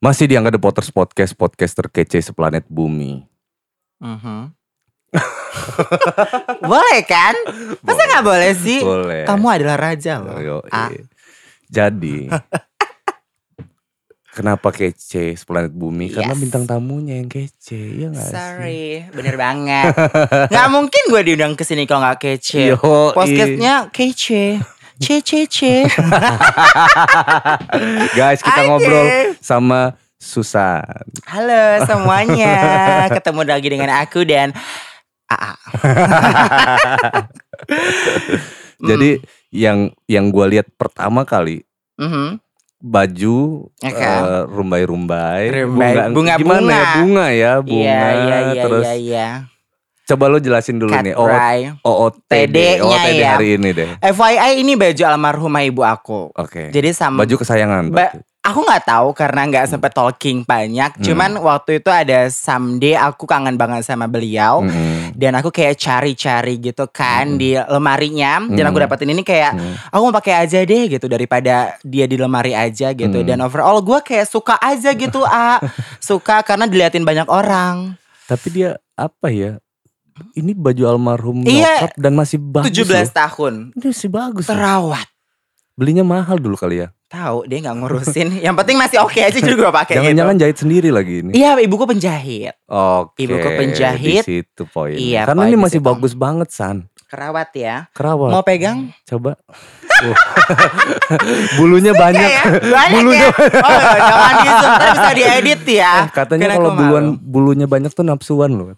Masih di Angga The Potters Podcast, podcast terkece seplanet bumi. Boleh kan? Masa gak boleh sih? Boleh. Kamu adalah raja loh. Jadi kenapa kece seplanet bumi? Karena Yes. bintang tamunya yang kece, ya gak sih? Sorry, bener banget. Gak mungkin gue diundang kesini kalau gak kece. Yoi. Podcastnya kece. C. Guys, kita Oke. ngobrol sama Susan. Halo semuanya. Ketemu lagi dengan aku dan AA. Jadi yang gue lihat pertama kali baju Oke. rumbai-rumbai, Bunga-bunga. gimana ya, bunga Iya. terus coba lo jelasin dulu Cat nih Bray. OOTD ya. hari ini deh. FYI ini baju almarhumah ibu aku. Oke. Jadi sama Baju kesayangan. berarti. aku nggak tahu karena nggak sempet talking banyak. Cuman waktu itu ada someday aku kangen banget sama beliau. Dan aku kayak cari-cari gitu kan di lemarinya. Dan aku dapetin ini kayak aku mau pakai aja deh gitu daripada dia di lemari aja gitu. Dan overall gue kayak suka aja gitu suka karena diliatin banyak orang. Tapi dia apa ya? Ini baju almarhum Iya, nyokap dan masih bagus 17 loh. tahun. Ini masih bagus. loh. Terawat. Belinya mahal dulu kali ya. Tahu dia nggak ngurusin. Yang penting masih oke aja juga gue pakai gitu. Jangan-jangan jahit sendiri lagi ini. Iya, ibuku penjahit. Oke. Ibuku penjahit. Di situ poinnya. Iya, Karena poin ini di masih situ. bagus banget, San. Kerawat ya. Kerawat. Mau pegang? Coba. Bulunya banyak. Ya? Banyak Bulunya ya? Oh jangan gitu. Ntar bisa diedit ya. Katanya Karena kalau aku malu. bulunya banyak tuh nafsuan loh.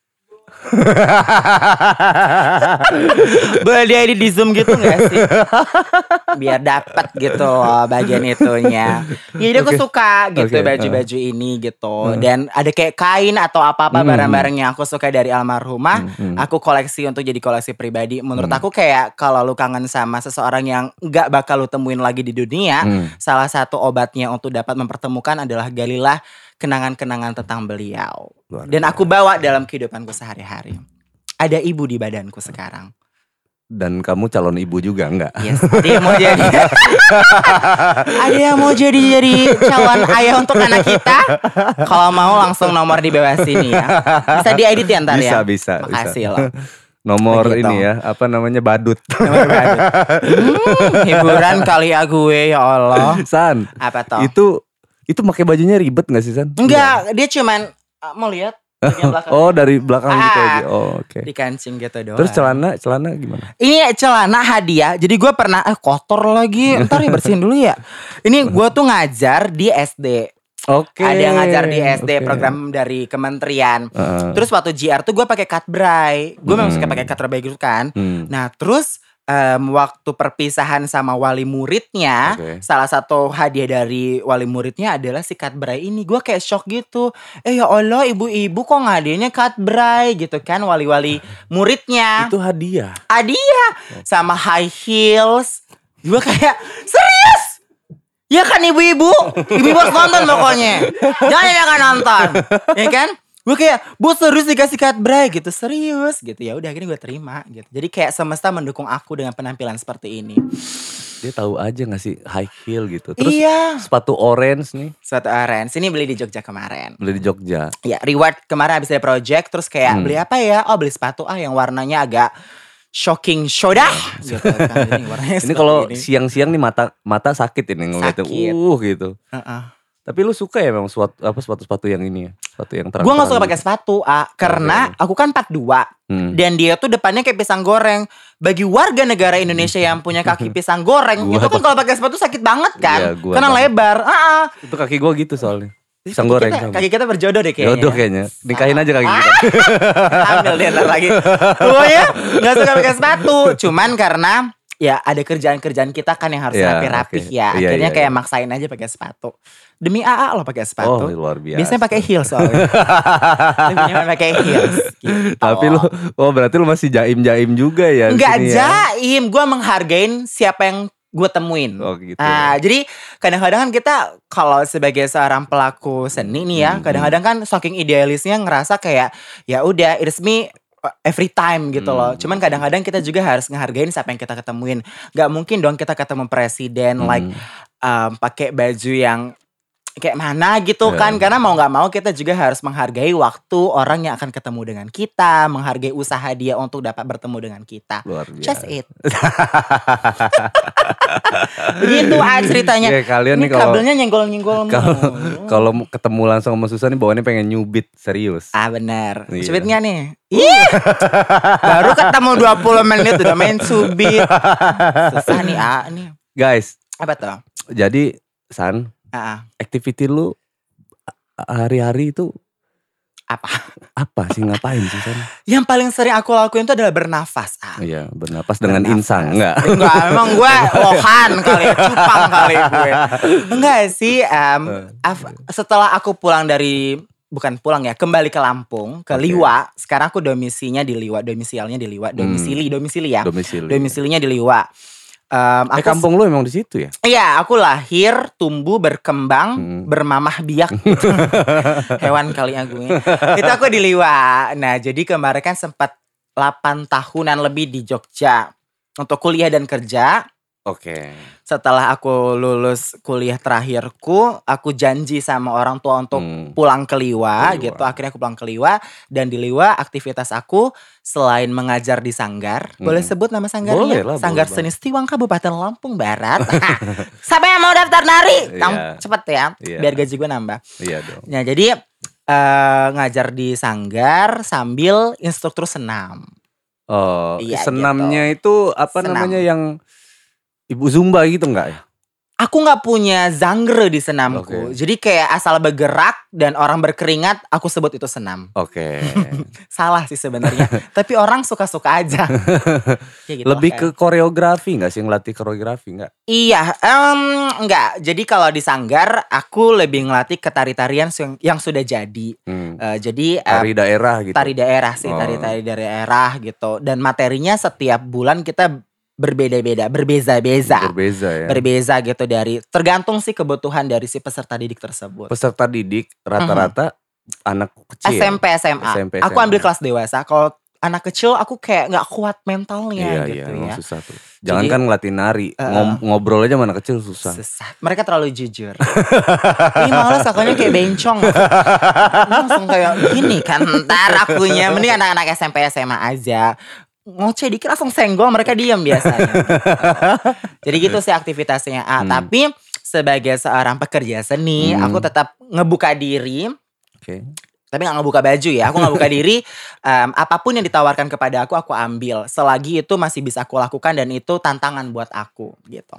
Boleh diedit di Zoom gitu gak sih? Biar dapat gitu loh bagian itunya. Jadi aku suka gitu Oke, baju-baju ini gitu. Dan ada kayak kain atau apa-apa barang-barang yang aku suka dari almarhumah. Aku koleksi untuk jadi koleksi pribadi. Menurut aku kayak kalau lu kangen sama seseorang yang gak bakal lu temuin lagi di dunia. Salah satu obatnya untuk dapat mempertemukan adalah galilah kenangan-kenangan tentang beliau. Luar Dan aku bawa dalam kehidupanku sehari-hari. Ada ibu di badanku sekarang. Dan kamu calon ibu juga enggak? Yes, ada yang mau jadi ada yang mau jadi calon ayah untuk anak kita. Kalau mau langsung nomor di bawah sini ya. Bisa diedit ya ntar ya. Bisa. Makasih loh. Nomor Begitu. ini ya, apa namanya, badut. Hiburan kali ya gue, ya Allah. San, Apa toh? itu pakai bajunya ribet gak sih, San? Enggak, dia cuman mau lihat bagian belakang. Oh, dari belakang gitu aja. Oh, oke. Di kancing gitu doang. Terus celana gimana? Ini celana hadiah. Jadi gue pernah kotor lagi. Ntar ya bersihin dulu ya. Ini gue tuh ngajar di SD. Oke. Ada yang ngajar di SD Oke. program dari kementerian. Terus waktu GR tuh gue pakai cut bray. Gue memang suka pakai cut bray gitu kan. Nah terus waktu perpisahan sama wali muridnya, salah satu hadiah dari wali muridnya adalah si cut bray ini. Gue kayak shock gitu. Ya Allah, ibu-ibu kok ngadiahnya cut bray gitu kan, wali-wali muridnya. Itu hadiah. Hadiah sama high heels. Gue kayak serius? Ya kan ibu-ibu harus nonton pokoknya. Jangan nonton, ya kan? Gue kayak, bu serius dikasih cut bray gitu, serius gitu. Ya udah akhirnya gue terima gitu. Jadi kayak semesta mendukung aku dengan penampilan seperti ini. Dia tahu aja gak sih high heel gitu. Terus Iya. sepatu orange nih, Suatu orange, ini beli di Jogja kemarin. beli di Jogja. Ya reward kemarin habis dari project. Terus kayak beli apa ya? Oh beli sepatu yang warnanya agak shocking shoda gitu kan. Ini warnanya Ini kalau siang-siang nih mata sakit ini ngeliatnya. Sakit. Gitu. Heeh. Tapi lu suka ya memang sepatu-sepatu yang ini ya? Sepatu yang terang. Gue gak suka pakai sepatu karena aku kan 42 dan dia tuh depannya kayak pisang goreng. Bagi warga negara Indonesia yang punya kaki pisang goreng, itu kan kalau pakai sepatu sakit banget kan, Iya, gua karena tahu. lebar. Itu kaki gue gitu soalnya. Pisang goreng sama. Kaki kita berjodoh deh kayaknya. Jodoh kayaknya. Nikahin aja kaki kita. Ambil dia ntar lagi. Pokoknya gak suka pakai sepatu. Cuman karena ya ada kerjaan-kerjaan kita kan yang harus Ya, rapi-rapi oke. ya. Iya, Akhirnya iya, kayak iya. maksain aja pakai sepatu. Demi AA lo pakai sepatu. Oh, luar biasa. Biasanya pakai heels soalnya. Demi nyaman pakai heels. Gitu. Tapi lu, berarti lu masih jaim-jaim juga ya? di Enggak sini ya? jaim, gue menghargain siapa yang gue temuin. Oh, gitu. Nah, jadi kadang-kadang kan kita kalau sebagai seorang pelaku seni nih ya, kadang-kadang kan saking idealisnya ngerasa kayak ya udah it's me every time gitu loh. Cuman kadang-kadang kita juga harus ngehargain siapa yang kita ketemuin. Gak mungkin dong kita ketemu presiden like pakai baju yang kayak mana gitu kan. Karena mau gak mau kita juga harus menghargai waktu orang yang akan ketemu dengan kita. Menghargai usaha dia untuk dapat bertemu dengan kita. Luar biasa. Just it. Begitu ceritanya. Kalian ini nih kabelnya nyenggol-nyenggol. Kalau ketemu langsung sama Susan nih bawaannya pengen nyubit serius. Benar. Cubit gak nih? Baru ketemu 20 menit udah main cubit. Susah nih nih. Guys. Apa tuh? Jadi San, activity lu hari-hari itu apa sih, ngapain sih San? Yang paling sering aku lakuin itu adalah bernafas. Iya, bernafas dengan insang. Enggak, memang gue lohan kali, cupang kali gue. Enggak sih, setelah aku pulang dari, bukan pulang ya, kembali ke Lampung, ke Liwa. Sekarang aku domisilinya di Liwa, domisilinya di Liwa. Kampung lu emang di situ ya? Iya, aku lahir, tumbuh, berkembang, bermamah biak. Hewan kali gue. Itu aku di Liwa. Nah, jadi kemarin kan sempat 8 tahunan lebih di Jogja untuk kuliah dan kerja. Oke. Setelah aku lulus kuliah terakhirku, aku janji sama orang tua untuk pulang ke Liwa gitu. Akhirnya aku pulang ke Liwa, dan di Liwa aktivitas aku selain mengajar di Sanggar, boleh sebut nama sanggarnya? Boleh lah, Sanggar boleh Seni Stiwang Kabupaten Lampung Barat. Siapa yang mau daftar nari? Cepet ya, biar gaji gue nambah. Iya dong. Nah, jadi ngajar di Sanggar sambil instruktur senam. Senamnya gitu. Itu apa namanya yang Ibu Zumba gitu enggak ya? Aku gak punya genre di senamku. Jadi kayak asal bergerak dan orang berkeringat, aku sebut itu senam. Salah sih sebenarnya. Tapi orang suka-suka aja. Gitu, lebih ke koreografi gak sih? Ngelatih koreografi gak? Iya, enggak. Jadi kalau di Sanggar, aku lebih ngelatih ke tari-tarian yang sudah jadi. Jadi tari daerah gitu? Tari daerah sih, tari-tari daerah gitu. Dan materinya setiap bulan kita berbeza-beza. Berbeza gitu, dari tergantung sih kebutuhan dari si peserta didik tersebut. Peserta didik rata-rata anak kecil. SMP, SMA. Aku ambil kelas dewasa. Kalau anak kecil aku kayak nggak kuat mentalnya gitu ya. Susah tuh. Jangan kan ngelatih nari, ngobrol aja sama anak kecil susah. Mereka terlalu jujur. Ini malah sakanya kayak bencong. Langsung kayak gini kan, ntar akunya. Mending anak-anak SMP, SMA aja. Ngoceh dikit langsung senggol, mereka diam biasanya. Jadi gitu sih aktivitasnya. Tapi sebagai seorang pekerja seni, aku tetap ngebuka diri. Tapi gak ngebuka baju ya. Aku gak buka diri. Apapun yang ditawarkan kepada aku ambil. Selagi itu masih bisa aku lakukan dan itu tantangan buat aku gitu.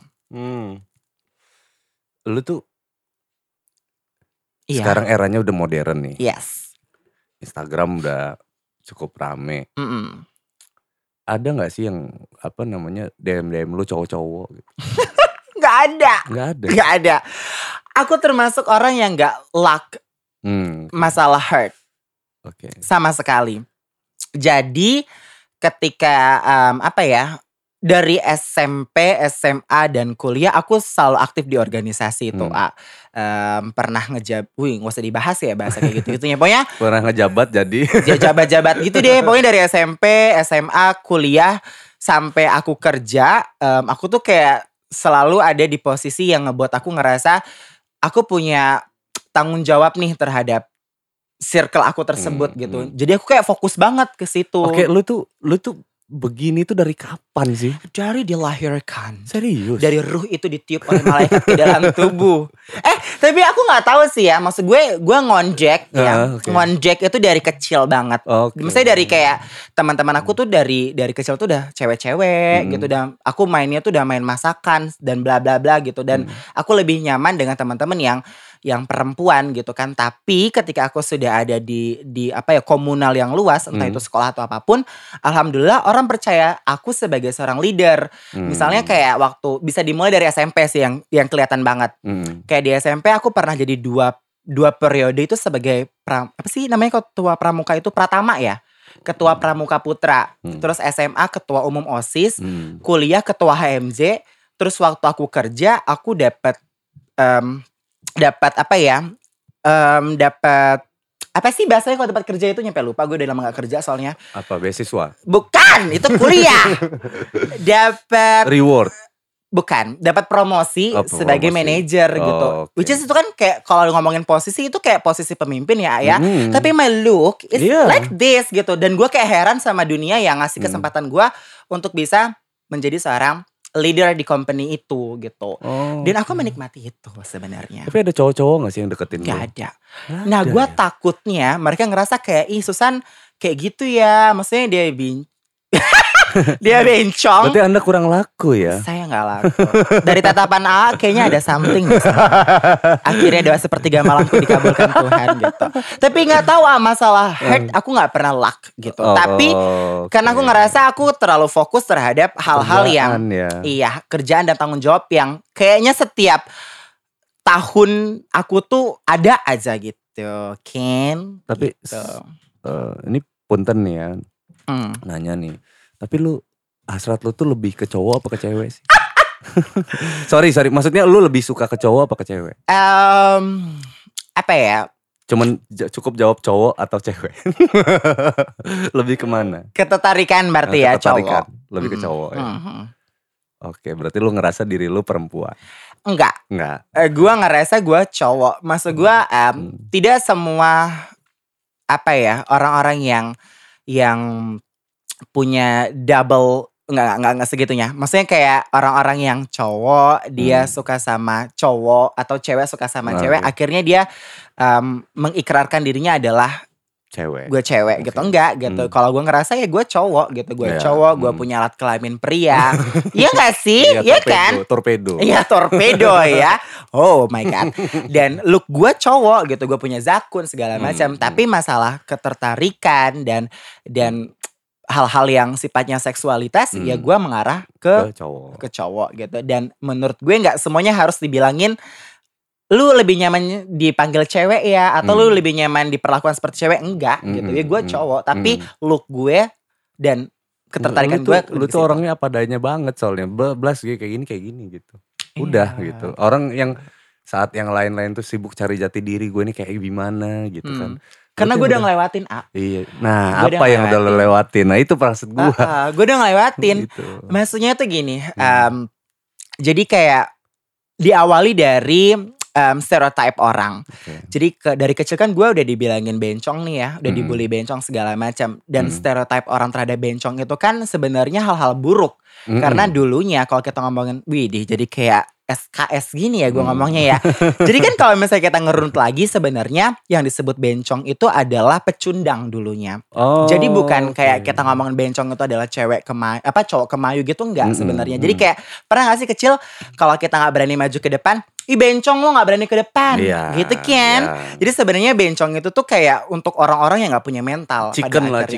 Lu tuh sekarang eranya udah modern nih. Yes. Instagram udah cukup rame. Ada gak sih yang apa namanya DM lu cowok-cowok gitu? Gak ada. Gak ada. Aku termasuk orang yang gak luck masalah hurt. Sama sekali. Jadi ketika dari SMP, SMA dan kuliah aku selalu aktif di organisasi itu. Pernah gak usah dibahas ya bahasa kayak gitu-gitunya. Pokoknya pernah ngejabat jadi. Jabat-jabat gitu deh. Pokoknya dari SMP, SMA, kuliah sampai aku kerja, aku tuh kayak selalu ada di posisi yang ngebuat aku ngerasa aku punya tanggung jawab nih terhadap circle aku tersebut gitu. Jadi aku kayak fokus banget ke situ. Lu tuh begini tuh dari kapan sih? Dari dilahirkan. Serius? Dari ruh itu ditiup oleh malaikat ke dalam tubuh. Tapi aku gak tahu sih ya. Maksud gue ngonjek ya. Ngonjek itu dari kecil banget. Misalnya dari kayak teman-teman aku tuh dari kecil tuh udah cewek-cewek gitu. Dan aku mainnya tuh udah main masakan dan bla bla bla gitu. Dan aku lebih nyaman dengan teman-teman yang perempuan gitu kan. Tapi ketika aku sudah ada di komunal yang luas, entah itu sekolah atau apapun, alhamdulillah orang percaya aku sebagai seorang leader. Misalnya kayak waktu bisa dimulai dari SMP sih yang kelihatan banget. Kayak di SMP aku pernah jadi dua periode itu sebagai ketua pramuka itu Pratama ya. Ketua Pramuka Putra. Terus SMA ketua umum OSIS, kuliah ketua HMJ. Terus waktu aku kerja aku dapat apa sih bahasanya kalau tempat kerja itu, nyampe lupa gue, udah lama gak kerja soalnya. Apa, beasiswa? Bukan, itu kuliah. Dapat reward. Bukan, dapat promosi sebagai manajer gitu. Which is itu kan kayak kalau ngomongin posisi itu kayak posisi pemimpin ya. Tapi my look is like this gitu. Dan gue kayak heran sama dunia yang ngasih kesempatan gue untuk bisa menjadi seorang leader di company itu gitu. Dan aku menikmati itu sebenarnya. Tapi ada cowok-cowok gak sih yang deketin lu? Gak ada. Nah gue takutnya mereka ngerasa kayak Susan kayak gitu ya. Maksudnya dia bencong. Berarti Anda kurang laku ya? Saya gak laku. Dari tatapan A kayaknya ada something. Akhirnya doa sepertiga malamku dikabulkan Tuhan gitu. Tapi gak tahu masalah heart aku gak pernah luck gitu. Tapi karena aku ngerasa aku terlalu fokus terhadap hal-hal yang kerjaan dan tanggung jawab yang kayaknya setiap tahun aku tuh ada aja gitu. Ken. Tapi gitu. Ini punten nih ya. Nanya nih. Tapi lu hasrat lu tuh lebih ke cowok apa ke cewek sih? sorry, maksudnya lu lebih suka ke cowok apa ke cewek? Apa ya? Cuman cukup jawab cowok atau cewek? Lebih kemana? Ketertarikan berarti ya cowok. Lebih ke cowok ya. Oke, berarti lu ngerasa diri lu perempuan? Enggak. Gua ngerasa gua cowok. Maksud gua tidak semua orang-orang yang punya double nggak segitunya. Maksudnya kayak orang-orang yang cowok dia suka sama cowok atau cewek suka sama cewek, akhirnya dia mengikrarkan dirinya adalah cewek. Gue cewek gitu. Enggak gitu. Kalau gue ngerasa ya gue cowok gitu. Gue cowok, gue punya alat kelamin pria. Iya gak sih? Iya kan? Torpedo. Iya torpedo ya. Oh my god. Dan look gue cowok gitu. Gue punya zakun segala macam. Tapi masalah ketertarikan dan hal-hal yang sifatnya seksualitas ya gue mengarah ke cowok gitu. Dan menurut gue gak semuanya harus dibilangin lu lebih nyaman dipanggil cewek ya atau lu lebih nyaman diperlakukan seperti cewek. Enggak gitu ya, gue cowok tapi look gue dan ketertarikan gue lu tuh orangnya apa adanya banget soalnya. Blas kayak gini gitu. Udah gitu. Orang yang saat yang lain-lain tuh sibuk cari jati diri, gue ini kayak gimana gitu kan. Karena gue udah ngelewatin Iya. Nah apa yang udah lo lewatin? Nah itu maksud gue. Gue udah ngelewatin gitu. Maksudnya tuh gini. Jadi kayak diawali dari stereotype orang. Jadi dari kecil kan gue udah dibilangin bencong nih ya. Udah dibully bencong segala macam. Dan stereotype orang terhadap bencong itu kan sebenarnya hal-hal buruk. Karena dulunya kalau kita ngomongin widih jadi kayak SKS gini ya gue ngomongnya ya. Jadi kan kalau misalnya kita ngerunut lagi sebenarnya yang disebut bencong itu adalah pecundang dulunya. Jadi bukan kayak kita ngomongin bencong itu adalah cewek cowok kemayu gitu, enggak sebenarnya. Jadi kayak pernah gak sih kecil kalau kita gak berani maju ke depan, ih bencong lo gak berani ke depan gitu kan. Jadi sebenarnya bencong itu tuh kayak untuk orang-orang yang gak punya mental. Chicken lah.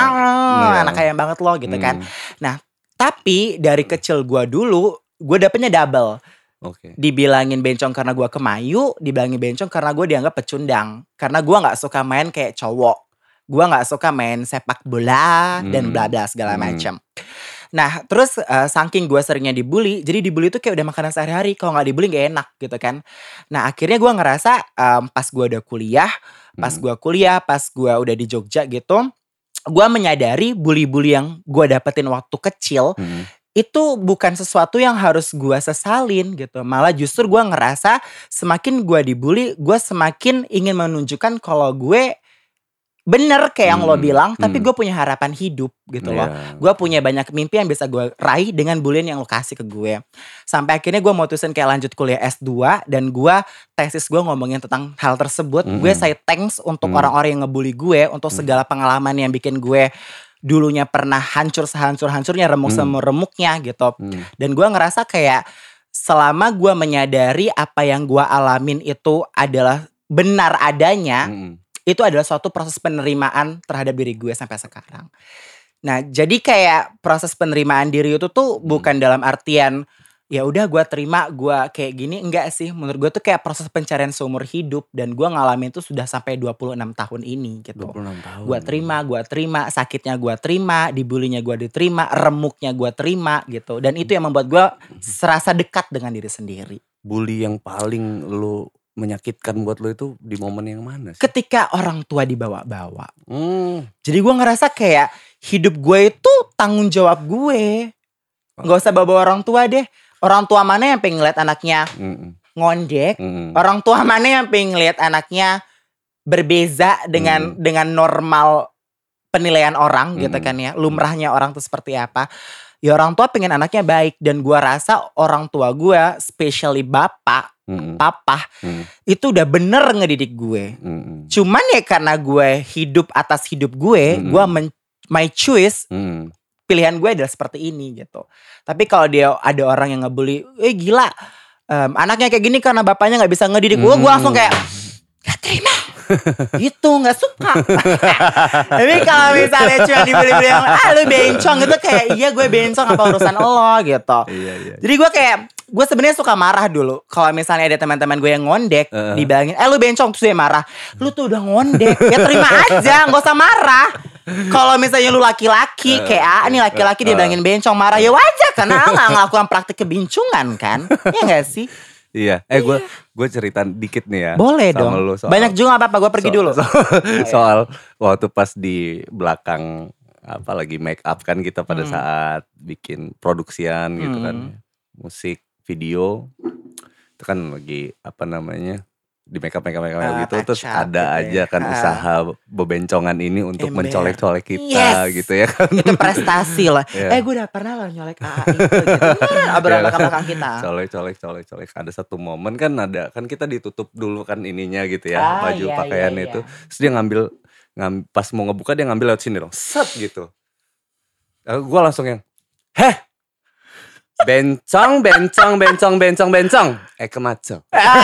Anak kaya banget lo gitu kan. Nah tapi dari kecil gue dulu gue dapetnya double. Dibilangin bencong karena gue kemayu, dibilangin bencong karena gue dianggap pecundang. Karena gue gak suka main kayak cowok. Gue gak suka main sepak bola dan bla bla segala macam. Nah terus saking gue seringnya dibully, jadi dibully itu kayak udah makanan sehari-hari. Kalau gak dibully gak enak gitu kan. Nah akhirnya gue ngerasa pas gue udah kuliah, pas gue udah di Jogja gitu, gue menyadari bully-bully yang gue dapetin waktu kecil itu bukan sesuatu yang harus gue sesalin gitu. Malah justru gue ngerasa semakin gue dibully, gue semakin ingin menunjukkan kalau gue bener kayak yang lo bilang, tapi gue punya harapan hidup gitu loh. Gue punya banyak mimpi yang bisa gue raih dengan bullying yang lo kasih ke gue. Sampai akhirnya gue mutusin kayak lanjut kuliah S2 dan gue tesis gue ngomongin tentang hal tersebut. Gue say thanks untuk orang-orang yang ngebully gue, untuk segala pengalaman yang bikin gue dulunya pernah hancur sehancur-hancurnya, remuk semuremuknya gitu. Dan gue ngerasa kayak selama gue menyadari apa yang gue alamin itu adalah benar adanya, itu adalah suatu proses penerimaan terhadap diri gue sampai sekarang. Nah jadi kayak proses penerimaan diri itu tuh bukan dalam artian ya udah gue terima gue kayak gini, enggak sih. Menurut gue tuh kayak proses pencarian seumur hidup. Dan gue ngalamin itu sudah sampai 26 tahun ini gitu. 26 tahun. Gue terima, sakitnya gue terima, dibulinya gue diterima, remuknya gue terima gitu. Dan itu yang membuat gue serasa dekat dengan diri sendiri. Bully yang paling lu menyakitkan buat lo itu di momen yang mana sih? Ketika orang tua dibawa-bawa. Jadi gue ngerasa kayak hidup gue itu tanggung jawab gue. Gak usah bawa orang tua deh. Orang tua mana yang pengen ngeliat anaknya ngondek? Orang tua mana yang pengen ngeliat anaknya berbeza dengan normal penilaian orang gitu kan ya. Lumrahnya orang tuh seperti apa. Ya orang tua pengen anaknya baik. Dan gue rasa orang tua gue, especially bapak, papa, itu udah bener ngedidik gue. Cuman ya karena gue hidup atas hidup gue my choice, pilihan gue adalah seperti ini gitu. Tapi kalau dia ada orang yang ngebully, gila, anaknya kayak gini karena bapaknya gak bisa ngedidik gue langsung kayak gak terima. Gitu, gak suka. Tapi kalau misalnya cuma dibeli-beli yang lu bencong gitu, kayak iya gue bencong apa urusan lo gitu. Jadi gue kayak, gue sebenarnya suka marah dulu kalau misalnya ada teman-teman gue yang ngondek, dibilangin lu bencong, terus dia marah. Lu tuh udah ngondek, ya terima aja, gak usah marah. Kalau misalnya lu laki-laki kayak ini laki-laki dia bilangin bencong, marah ya wajar karena gak ngelakukan praktik kebincungan kan. Iya gak sih? Iya, gue cerita dikit nih ya. Boleh dong. Banyak juga apa-apa, gue pergi dulu. Soal waktu pas di belakang lagi make up kan kita pada saat bikin produksian gitu kan, musik, video, itu kan lagi di make up gitu, terus ada gitu aja kan usaha bebencongan ini untuk mencolek-colek kita gitu ya kan. Itu prestasi lah. Gue udah pernah loh nyolek AA itu gitu. Belakang kita. Colek. Ada satu momen kan kita ditutup dulu kan ininya gitu ya, baju pakaian itu. Terus dia ngambil pas mau ngebuka dia ngambil lewat sini dong. Set gitu. Gue langsung yang bencong. Kemaco.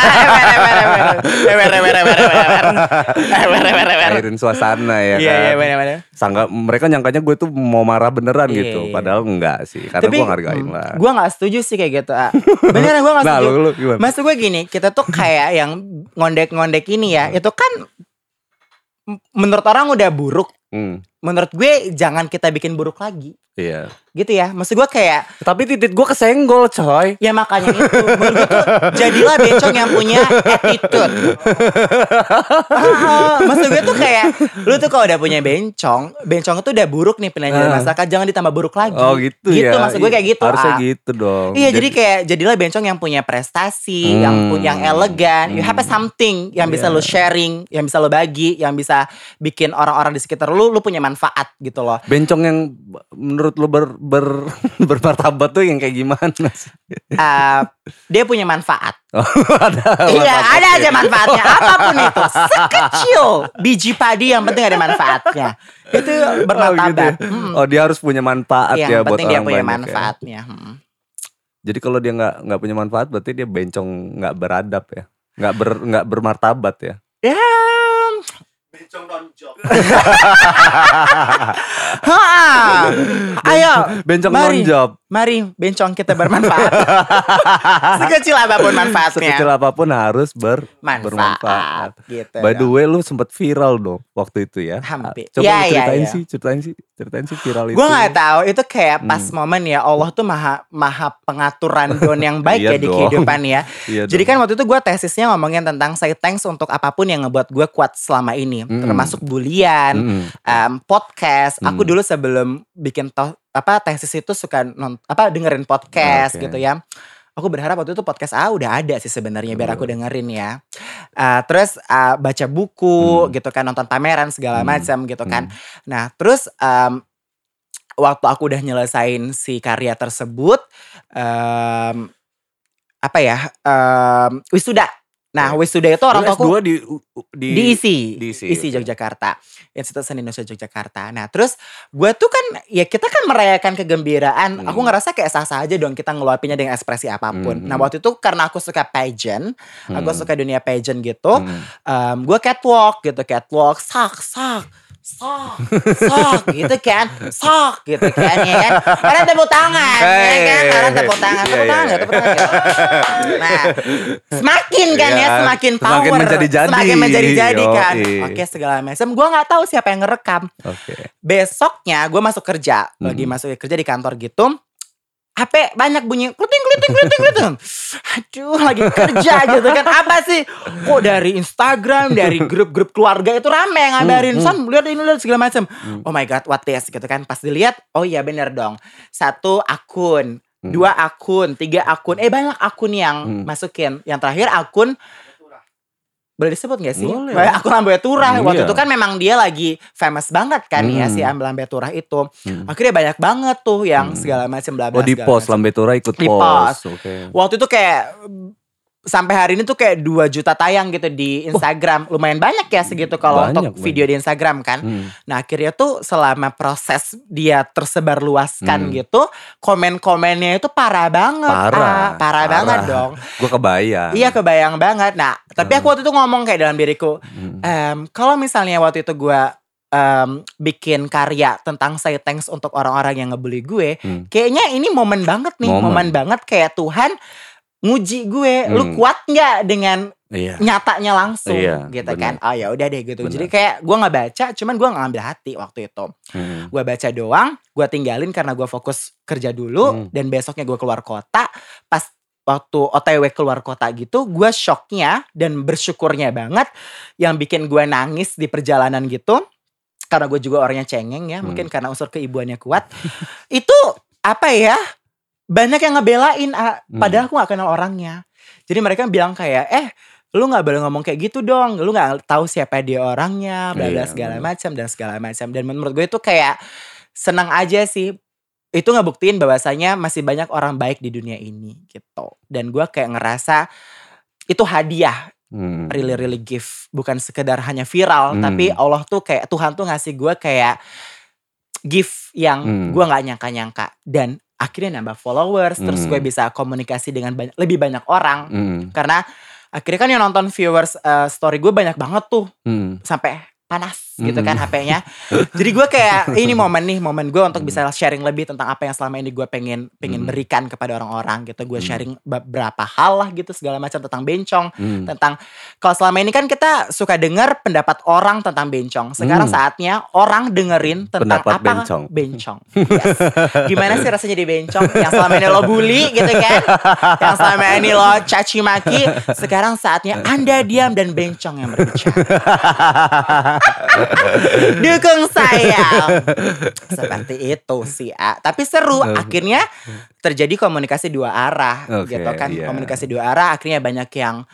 Airin suasana ya kan. Iya. Sangka mereka nyangkanya gue tuh mau marah beneran gitu. Padahal enggak sih. Karena gue ngargain lah. Gue gak setuju sih kayak gitu. Beneran gue gak setuju. Lu gimana? Maksud gue gini, kita tuh kayak yang ngondek-ngondek ini ya. Itu kan menurut orang udah buruk. Menurut gue jangan kita bikin buruk lagi. Iya. Gitu ya. Maksud gue kayak, tapi titik gue kesenggol coy. Ya makanya itu. Menurut gue tuh jadilah bencong yang punya attitude. Maksud gue tuh kayak, lu tuh kalau udah punya bencong itu udah buruk nih penilaian masyarakat, jangan ditambah buruk lagi. Oh gitu ya. Gitu maksud gue kayak gitu. Harusnya gitu dong. Iya, jadi kayak jadilah bencong yang punya prestasi, yang elegan. You have something yang bisa lu sharing, yang bisa lu bagi, yang bisa bikin orang-orang di sekitar lu punya manfaat gitu loh. Bencong yang menurut lu bermartabat tuh yang kayak gimana sih? Dia punya manfaat. Ada aja manfaatnya. Apapun itu, sekecil biji padi yang penting ada manfaatnya. Itu bermartabat. Oh, dia harus punya manfaat ya buat orang banyak. Yang penting dia punya manfaatnya. Jadi kalau dia nggak punya manfaat, berarti dia bencong nggak beradab ya, nggak bermartabat ya. Ya. Bencong non-job. Ayo, bencong non-job. Mari bencong kita bermanfaat. Sekecil apapun manfaatnya. Sekecil apapun harus bermanfaat. Gitu. By the way, lu sempat viral dong waktu itu ya. Hampir. Coba ceritain sih viral itu. Gue nggak tahu, itu kayak pas momen ya, Allah tuh maha pengaturan don yang baik ya di kehidupan ya. Jadi kan waktu itu gue tesisnya ngomongin tentang say thanks untuk apapun yang ngebuat gue kuat selama ini, termasuk bulian, podcast. Aku dulu sebelum bikin tesis itu suka dengerin podcast gitu ya. Aku berharap waktu itu podcast udah ada sih sebenarnya biar aku dengerin ya. Terus baca buku gitu kan, nonton pameran segala macam gitu kan. Nah terus waktu aku udah nyelesain si karya tersebut, wisuda. Nah wisuda itu orang tua aku di ISI Yogyakarta, Institut Seni Indonesia Yogyakarta. Nah terus gue tuh kan ya kita kan merayakan kegembiraan. Aku ngerasa kayak sah-sah aja dong kita ngeluapinnya dengan ekspresi apapun. Nah waktu itu karena aku suka pageant, aku suka dunia pageant gitu, gue catwalk gitu kan, gitu kan ya kan, orang tepuk tangan ya kan, orang tepuk tangan gitu. Nah semakin kan ya, semakin power, semakin menjadi-jadi kan. Oke, segala macam. Gue nggak tahu siapa yang ngerekam. Besoknya gue masuk kerja, lagi masuk kerja di kantor gitu. HP banyak bunyi kluting. Aduh, lagi kerja gitu kan. Apa sih? Kok dari Instagram, dari grup-grup keluarga itu rame ngabarin, "Son, lihat ini segala macam." Oh my god, what this gitu kan. Pas dilihat, oh iya bener dong. Satu akun 2 akun, 3 akun. Banyak akun yang masukin. Yang terakhir akun boleh disebut gak sih? Boleh. Akun Lambe Turah. Waktu itu kan memang dia lagi famous banget kan ya si Lambe Turah itu. Akhirnya banyak banget tuh yang segala macam bla bla. Oh di post Lambe Turah ikut post. Okay. Waktu itu kayak sampai hari ini tuh kayak 2 juta tayang gitu di Instagram. Lumayan banyak ya segitu kalau untuk video di Instagram kan. Nah akhirnya tuh selama proses dia tersebar luaskan gitu, komen-komennya itu parah banget. Parah banget dong. Gue kebayang. Iya kebayang banget. Nah tapi aku waktu itu ngomong kayak dalam diriku, kalau misalnya waktu itu gue bikin karya tentang say thanks untuk orang-orang yang ngebully gue, kayaknya ini momen banget nih. Momen banget kayak Tuhan nguji gue, lu kuat nggak dengan nyatanya langsung gitu bener. Kan? Oh ya udah deh gitu. Bener. Jadi kayak gue nggak baca, cuman gue nggak ngambil hati waktu itu. Gue baca doang, gue tinggalin karena gue fokus kerja dulu dan besoknya gue keluar kota. Pas waktu OTW keluar kota gitu, gue shocknya dan bersyukurnya banget yang bikin gue nangis di perjalanan gitu. Karena gue juga orangnya cengeng ya, mungkin karena unsur keibuannya kuat. Itu apa ya? Banyak yang ngebelain, padahal aku gak kenal orangnya. Jadi mereka bilang kayak, lu gak boleh ngomong kayak gitu dong. Lu gak tahu siapa dia orangnya, bla bla segala macam dan segala macam. Dan menurut gue itu kayak senang aja sih. Itu ngebuktiin bahwasanya masih banyak orang baik di dunia ini gitu. Dan gue kayak ngerasa itu hadiah. Really gift. Bukan sekedar hanya viral, tapi Allah tuh kayak Tuhan tuh ngasih gue kayak gift yang gue gak nyangka-nyangka. Dan akhirnya nambah followers, terus gue bisa komunikasi dengan lebih banyak orang. Karena akhirnya kan yang nonton viewers story gue banyak banget tuh. Sampai panas gitu kan HP-nya. Jadi gue kayak ini momen gue untuk bisa sharing lebih tentang apa yang selama ini gue pengen berikan kepada orang-orang gitu. Gue sharing beberapa hal lah gitu segala macam tentang bencong, tentang kalau selama ini kan kita suka dengar pendapat orang tentang bencong. Sekarang saatnya orang dengerin tentang pendapat apa bencong. Yes. Gimana sih rasanya di bencong? Yang selama ini lo bully gitu kan? Yang selama ini lo caci maki, sekarang saatnya Anda diam dan bencong yang berbicara. Dukung saya. Seperti itu sih. Tapi seru. Akhirnya terjadi komunikasi 2 arah gitu kan. Komunikasi 2 arah. Akhirnya banyak yang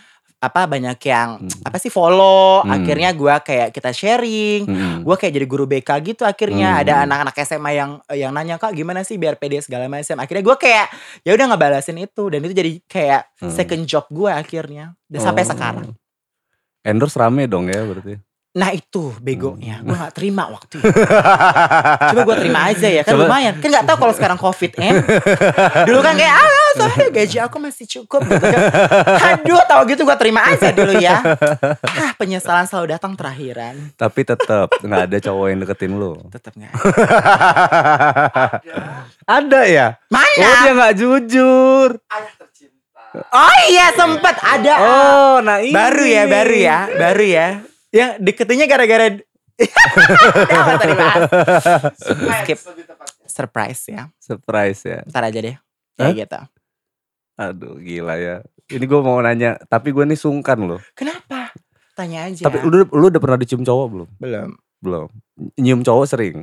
follow. Akhirnya gue kayak kita sharing. Gue kayak jadi guru BK gitu. Akhirnya ada anak-anak SMA yang nanya, Kak gimana sih biar pede segala macam. Akhirnya gue kayak ya udah ngebalasin itu. Dan itu jadi kayak second job gue akhirnya. Dan sampai sekarang. Endorse rame dong ya berarti. Nah itu begonya, gue gak terima waktu itu. Coba gue terima aja ya, kan lumayan. Kan gak tahu kalau sekarang COVID Dulu kan kayak, soalnya gaji aku masih cukup gitu kan. Aduh tau gitu gue terima aja dulu ya. Penyesalan selalu datang terakhiran. Tapi tetap gak ada cowok yang deketin lu. Tetap gak ada. Ada ya? Mana? Oh dia gak jujur. Ayah tercinta. Oh iya sempet ada. Oh nah ini. Baru ya. Yang deketinnya gara-gara tadi bahas. Skip. Surprise ya. Ntar aja deh. Kayak gitu. Aduh gila ya. Ini gue mau nanya, tapi gue nih sungkan loh. Kenapa? Tanya aja. Tapi lu udah pernah dicium cowok belum? Belum. Nyium cowok sering?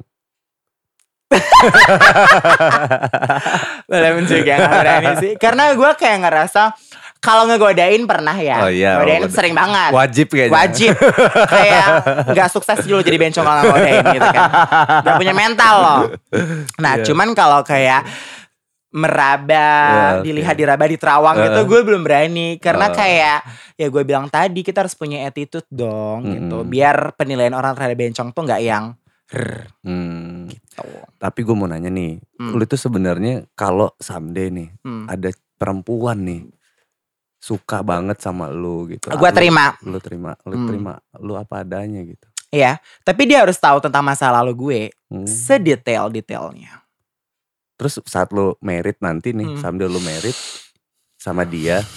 Belum juga gak berani sih. Karena gue kayak ngerasa kalau ngegodain pernah ya. Godain sering banget. Wajib kayaknya. Wajib. Kayak gak sukses dulu jadi bencong kalau ngegodain gitu kan. Gak punya mental loh. Nah cuman kalau kayak meraba, dilihat diraba di terawang gitu, gue belum berani. Karena kayak ya gue bilang tadi, kita harus punya attitude dong gitu. Biar penilaian orang terhadap bencong tuh gak yang gitu. Tapi gue mau nanya nih, lu itu sebenarnya kalau someday nih ada perempuan nih suka banget sama lu gitu. Gue terima. Lu terima lu apa adanya gitu. Iya, tapi dia harus tahu tentang masa lalu gue sedetail-detailnya. Terus saat lu married nanti nih, sambil lu married sama dia.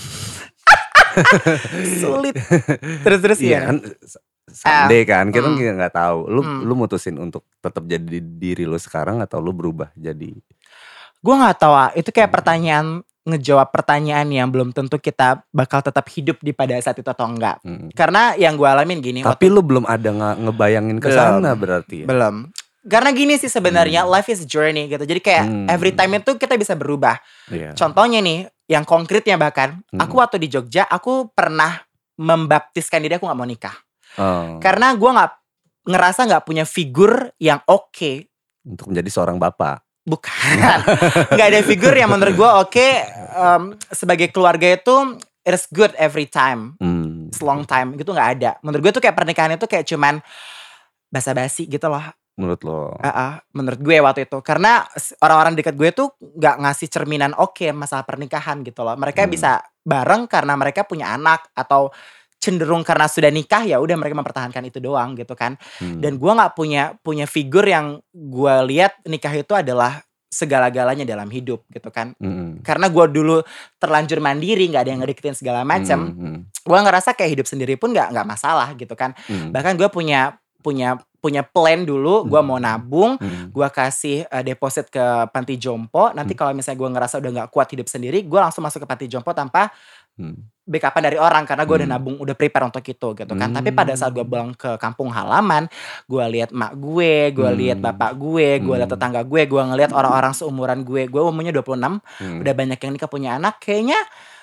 Sulit. Terus ya. Kan someday kan, kita nggak tahu. Lu mutusin untuk tetap jadi diri lu sekarang atau lu berubah jadi? Gue nggak tahu. Itu kayak pertanyaan ngejawab pertanyaan yang belum tentu kita bakal tetap hidup di pada saat itu atau enggak. Karena yang gue alamin gini. Tapi lu belum ada ngebayangin ke sana berarti ya? Belum. Karena gini sih sebenarnya life is a journey gitu. Jadi kayak every time itu kita bisa berubah. Contohnya nih, yang konkretnya bahkan, aku waktu di Jogja, aku pernah membaptiskan diri aku gak mau nikah. Karena gue ngerasa gak punya figur yang oke untuk menjadi seorang bapak. Bukan. Gak ada figur yang menurut gue oke. Sebagai keluarga itu it's good every time. It's long time gitu gak ada. Menurut gue tuh kayak pernikahan itu kayak cuman basa-basi gitu loh. Menurut lo? Menurut gue waktu itu. Karena orang-orang dekat gue tuh gak ngasih cerminan oke masalah pernikahan gitu loh. Mereka bisa bareng karena mereka punya anak. Atau cenderung karena sudah nikah ya udah mereka mempertahankan itu doang gitu kan. Dan gue gak punya figur yang gue lihat nikah itu adalah segala-galanya dalam hidup gitu kan. Karena gue dulu terlanjur mandiri, gak ada yang ngedeketin segala macam. Gue ngerasa kayak hidup sendiri pun gak masalah gitu kan. Bahkan gue punya plan dulu, gue mau nabung, gue kasih deposit ke panti jompo. Nanti kalau misalnya gue ngerasa udah gak kuat hidup sendiri, gue langsung masuk ke panti jompo tanpa backupan dari orang. Karena gue udah nabung, udah prepare untuk itu gitu kan. Tapi pada saat gue pulang ke kampung halaman, gue lihat mak gue lihat bapak gue lihat tetangga gue ngelihat orang-orang seumuran gue umurnya 26, udah banyak yang nikah punya anak. Kayaknya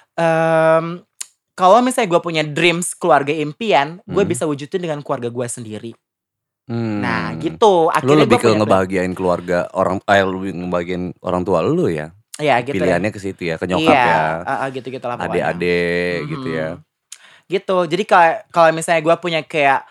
kalau misalnya gue punya dreams keluarga impian, gue bisa wujudin dengan keluarga gue sendiri. Nah gitu. Akhirnya lu lebih ke ngebahagiain keluarga orang, lebih ngebahagiain orang tua lu ya. Iya gitu. Pilihannya ke situ ya, ke nyokap ya. Gitu-gitu lah pokoknya. Adik-adik gitu ya. Gitu. Jadi kalau misalnya gue punya kayak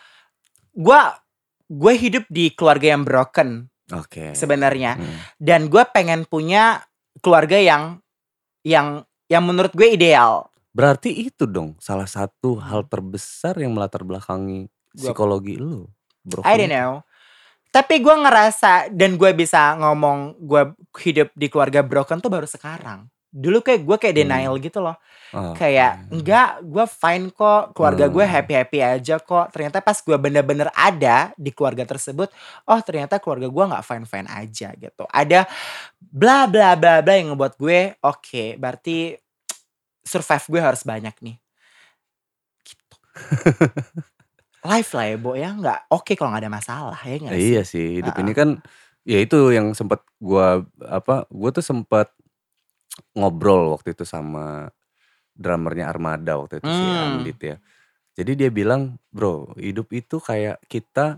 gue hidup di keluarga yang broken. Sebenarnya. Dan gue pengen punya keluarga yang menurut gue ideal. Berarti itu dong salah satu hal terbesar yang melatar belakangi psikologi lu. I don't know. Tapi gue ngerasa dan gue bisa ngomong gue hidup di keluarga broken tuh baru sekarang. Dulu gue kayak denial gitu loh. Kayak enggak, gue fine kok. Keluarga gue happy-happy aja kok. Ternyata pas gue bener-bener ada di keluarga tersebut, oh ternyata keluarga gue gak fine-fine aja gitu. Ada bla bla bla bla yang ngebuat gue oke, berarti survive gue harus banyak nih. Gitu. Life lah ya Bo ya, gak oke kalau gak ada masalah ya gak sih? Iya sih, hidup ini kan ya itu yang sempet gue tuh sempet ngobrol waktu itu sama drummernya Armada waktu itu si Andit ya. Jadi dia bilang, bro hidup itu kayak kita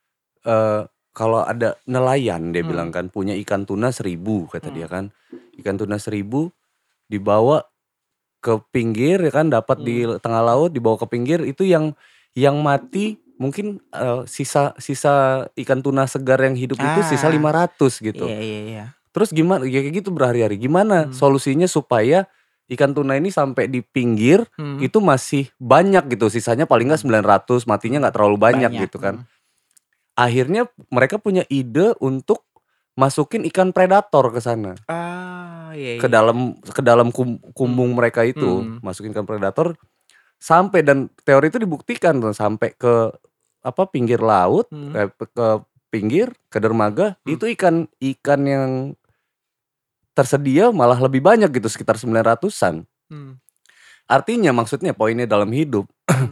kalau ada nelayan dia bilang kan punya ikan tuna 1,000 kata dia kan. Ikan tuna 1,000 dibawa ke pinggir ya kan, dapat di tengah laut dibawa ke pinggir, itu yang mati mungkin sisa ikan tuna segar yang hidup itu sisa 500 gitu. Iya. Terus gimana ya kayak gitu berhari-hari. Gimana solusinya supaya ikan tuna ini sampai di pinggir itu masih banyak gitu. Sisanya paling enggak 900, matinya enggak terlalu banyak gitu kan. Akhirnya mereka punya ide untuk masukin ikan predator ke sana. Iya. Ke dalam kumbung mereka itu, masukin ikan predator. Sampai dan teori itu dibuktikan tuh sampai ke pinggir laut, ke pinggir, ke dermaga, itu ikan yang tersedia malah lebih banyak gitu, sekitar 900-an. Artinya maksudnya poinnya dalam hidup,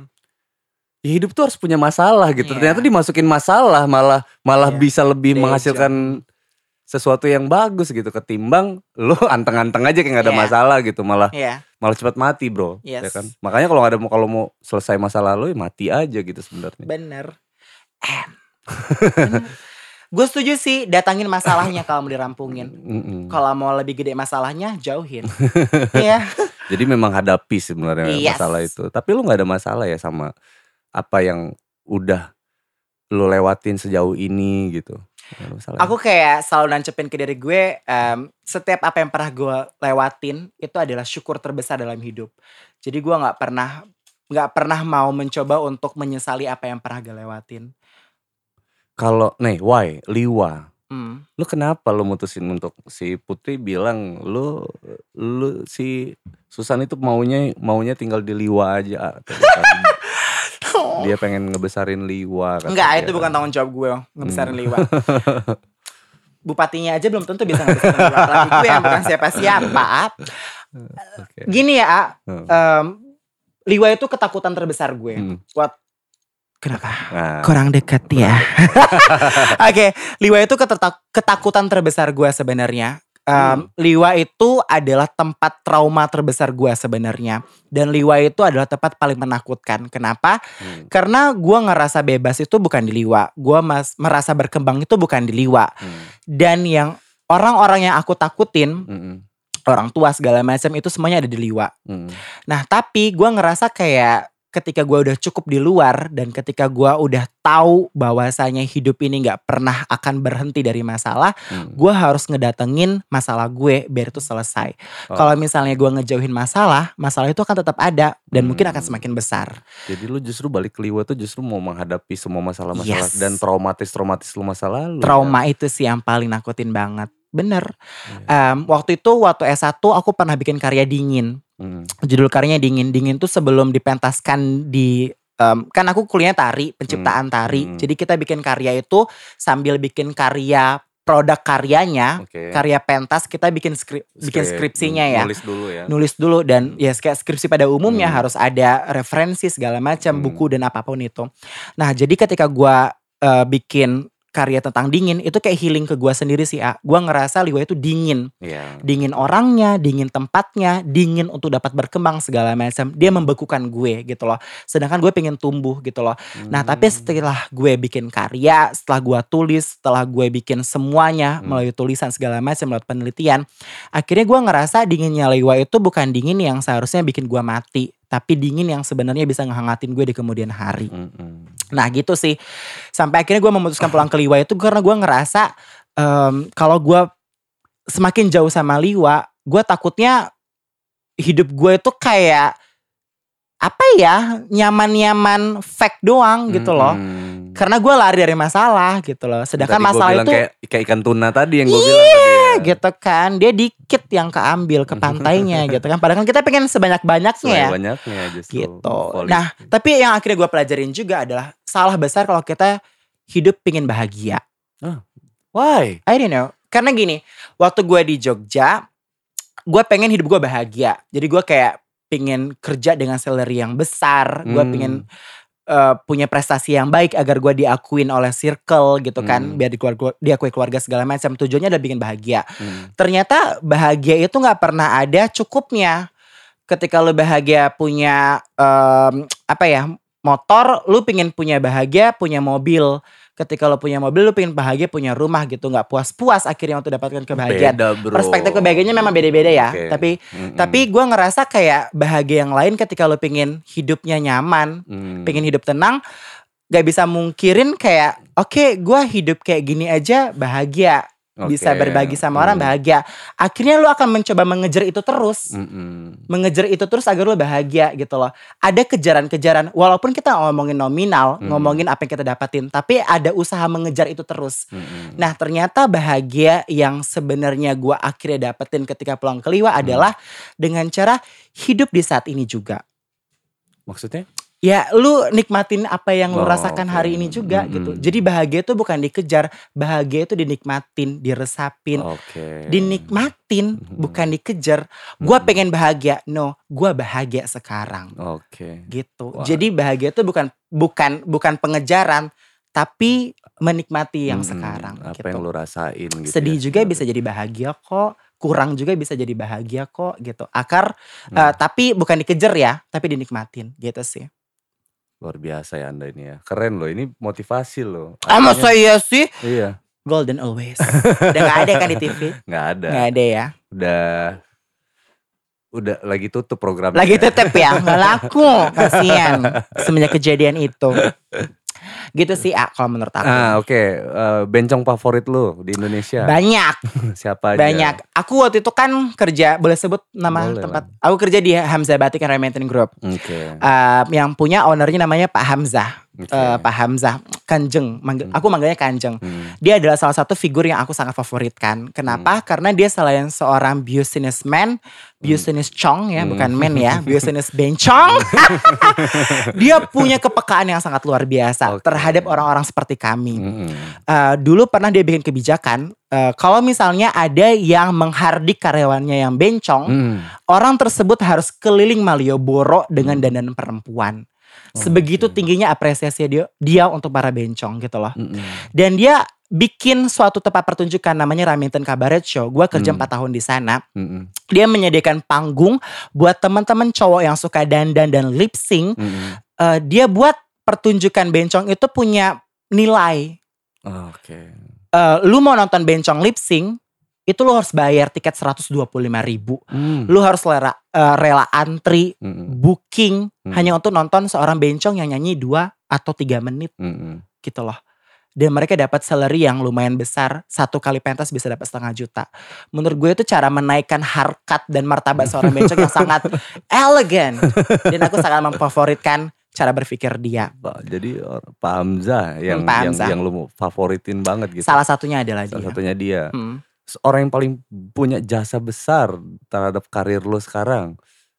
ya hidup tuh harus punya masalah gitu. Ternyata dimasukin masalah malah bisa lebih menghasilkan sesuatu yang bagus gitu, ketimbang lo anteng-anteng aja kayak gak ada masalah gitu, malah cepat mati bro. Ya kan? Makanya kalau mau selesai masalah lo ya mati aja gitu sebenarnya. Bener. Gue setuju sih, datangin masalahnya kalau mau dirampungin. Kalau mau lebih gede masalahnya, jauhin. Iya. Jadi memang hadapi sebenarnya masalah itu. Tapi lo gak ada masalah ya sama apa yang udah lo lewatin sejauh ini gitu? Aku kayak selalu nancepin ke diri gue, setiap apa yang pernah gue lewatin itu adalah syukur terbesar dalam hidup. Jadi gue gak pernah mau mencoba untuk menyesali apa yang pernah gue lewatin. Kalau Liwa, lu kenapa lu mutusin untuk si Putri bilang lu si Susan itu maunya tinggal di Liwa aja? Dia pengen ngebesarin Liwa. Enggak, itu bukan tanggung jawab gue ngebesarin Liwa. Bupatinya aja belum tentu bisa ngebesarin Liwa. Apalagi gue yang bukan siapa-siapa. Gini ya, Liwa itu ketakutan terbesar gue. Kenapa? Kurang dekat ya. Oke, Liwa itu ketakutan terbesar gue sebenarnya. Liwa itu adalah tempat trauma terbesar gue sebenarnya. Dan Liwa itu adalah tempat paling menakutkan. Kenapa? Karena gue ngerasa bebas itu bukan di Liwa. Gue merasa berkembang itu bukan di Liwa. Dan yang orang-orang yang aku takutin, orang tua segala macam itu semuanya ada di Liwa. Nah tapi gue ngerasa kayak ketika gue udah cukup di luar dan ketika gue udah tahu bahwasanya hidup ini gak pernah akan berhenti dari masalah, gue harus ngedatengin masalah gue biar itu selesai. Kalau misalnya gue ngejauhin masalah itu akan tetap ada dan mungkin akan semakin besar. Jadi lu justru balik ke Liwa tuh justru mau menghadapi semua masalah-masalah dan traumatis lu masa lalu. Trauma itu sih yang paling nakutin banget. Bener. Waktu S1 aku pernah bikin karya Dingin. Judul karyanya Dingin. Dingin tuh sebelum dipentaskan di kan aku kuliahnya tari, penciptaan tari. Jadi kita bikin karya itu sambil bikin karya produk karyanya, karya pentas kita bikin skripsinya ya. Nulis dulu dan ya kayak skripsi pada umumnya harus ada referensi segala macam, buku dan apapun itu. Nah, jadi ketika gua bikin karya tentang dingin itu kayak healing ke gue sendiri sih. Gue ngerasa Liwa itu dingin, dingin orangnya, dingin tempatnya, dingin untuk dapat berkembang segala macam. Dia membekukan gue gitu loh. Sedangkan gue pengen tumbuh gitu loh. Nah tapi setelah gue bikin karya, setelah gue tulis, setelah gue bikin semuanya melalui tulisan segala macam, melalui penelitian, akhirnya gue ngerasa dinginnya Liwa itu bukan dingin yang seharusnya bikin gue mati, tapi dingin yang sebenarnya bisa ngehangatin gue di kemudian hari. Nah gitu sih. Sampai akhirnya gue memutuskan pulang ke Liwa itu karena gue ngerasa kalau gue semakin jauh sama Liwa, gue takutnya hidup gue itu kayak apa ya, nyaman-nyaman fake doang gitu loh. Karena gue lari dari masalah gitu loh. Sedangkan tadi masalah itu kayak ikan tuna tadi yang gue bilang tadi ya. Gitu kan. Dia dikit yang keambil ke pantainya gitu kan. Padahal kan kita pengen sebanyak-banyaknya ya. Sebanyak-banyaknya justru. Gitu. Nah tapi yang akhirnya gue pelajarin juga adalah salah besar kalau kita hidup pengen bahagia. Why? I don't know. Karena gini, waktu gue di Jogja, gue pengen hidup gue bahagia. Jadi gue kayak pengen kerja dengan salary yang besar. Gue pengen punya prestasi yang baik agar gue diakuin oleh circle gitu kan, biar diakui keluarga segala macam. Tujuannya adalah bikin bahagia. Ternyata bahagia itu nggak pernah ada cukupnya. Ketika lu bahagia punya motor, lu pengen punya bahagia punya mobil. Ketika lo punya mobil, lo pengen bahagia punya rumah gitu. Gak puas-puas akhirnya untuk dapatkan kebahagiaan. Perspektif kebahagiaannya memang beda-beda ya. Tapi gue ngerasa kayak bahagia yang lain ketika lo pengen hidupnya nyaman, pengen hidup tenang, gak bisa mungkirin kayak oke, gue hidup kayak gini aja bahagia. Bisa berbagi sama orang bahagia. Akhirnya lo akan mencoba mengejar itu terus. Mengejar itu terus agar lo bahagia gitu loh. Ada kejaran-kejaran. Walaupun kita ngomongin nominal, ngomongin apa yang kita dapatin, tapi ada usaha mengejar itu terus. Nah ternyata bahagia yang sebenarnya gue akhirnya dapetin ketika pulang ke Liwa adalah dengan cara hidup di saat ini juga. Maksudnya? Ya lu nikmatin apa yang lu rasakan hari ini juga gitu. Jadi bahagia itu bukan dikejar, bahagia itu dinikmatin, diresapin, dinikmatin, bukan dikejar. Gua pengen bahagia, no, gua bahagia sekarang. Gitu. Wah. Jadi bahagia itu bukan pengejaran, tapi menikmati yang sekarang. Apa gitu. Yang lu rasain gitu. Sedih ya, juga bisa jadi bahagia kok. Kurang juga bisa jadi bahagia kok gitu. Tapi bukan dikejar ya, tapi dinikmatin gitu sih. Luar biasa ya Anda ini ya. Keren loh, ini motivasi loh. Masa iya sih? Iya. Golden always. Udah gak ada kan di TV? Gak ada. Gak ada ya? Udah lagi tutup programnya. Lagi tutup ya? Gak laku. Kasian. Semenjak kejadian itu. Gitu sih kalau menurut aku. Bencong favorit lu di Indonesia? Banyak. Siapa aja? Banyak. Aku waktu itu kan kerja, boleh sebut nama tempat? Aku kerja di Hamzah Batik and Remainten Group. Yang punya ownernya namanya Pak Hamzah. Pak Hamzah Kanjeng, aku manggilnya Kanjeng. Dia adalah salah satu figur yang aku sangat favoritkan. Kenapa? Karena dia selain seorang businessman, business chong ya, bukan man ya, business bencong. Dia punya kepekaan yang sangat luar biasa terhadap orang-orang seperti kami. Dulu pernah dia bikin kebijakan, kalau misalnya ada yang menghardik karyawannya yang bencong, orang tersebut harus keliling Malioboro dengan dandan perempuan. Sebegitu tingginya apresiasi dia untuk para bencong gitu loh. Dan dia bikin suatu tempat pertunjukan namanya Remington Cabaret Show. Gue kerja 4 tahun di sana. Dia menyediakan panggung buat teman-teman cowok yang suka dandan dan lip sync. Dia buat pertunjukan bencong itu punya nilai. Lu mau nonton bencong lip sync, itu lu harus bayar tiket 125.000. Lu harus rela antri, booking hanya untuk nonton seorang bencong yang nyanyi 2 atau 3 menit gitu loh. Dan mereka dapat salary yang lumayan besar. 1 kali pentas bisa dapat 500.000 juta. Menurut gue itu cara menaikkan harkat dan martabat seorang bencong yang sangat elegan. Dan aku sangat memfavoritkan cara berpikir dia. Jadi Pak Hamzah yang lu favoritin banget gitu. Salah satunya adalah dia. Salah satunya dia. Orang yang paling punya jasa besar terhadap karir lu sekarang.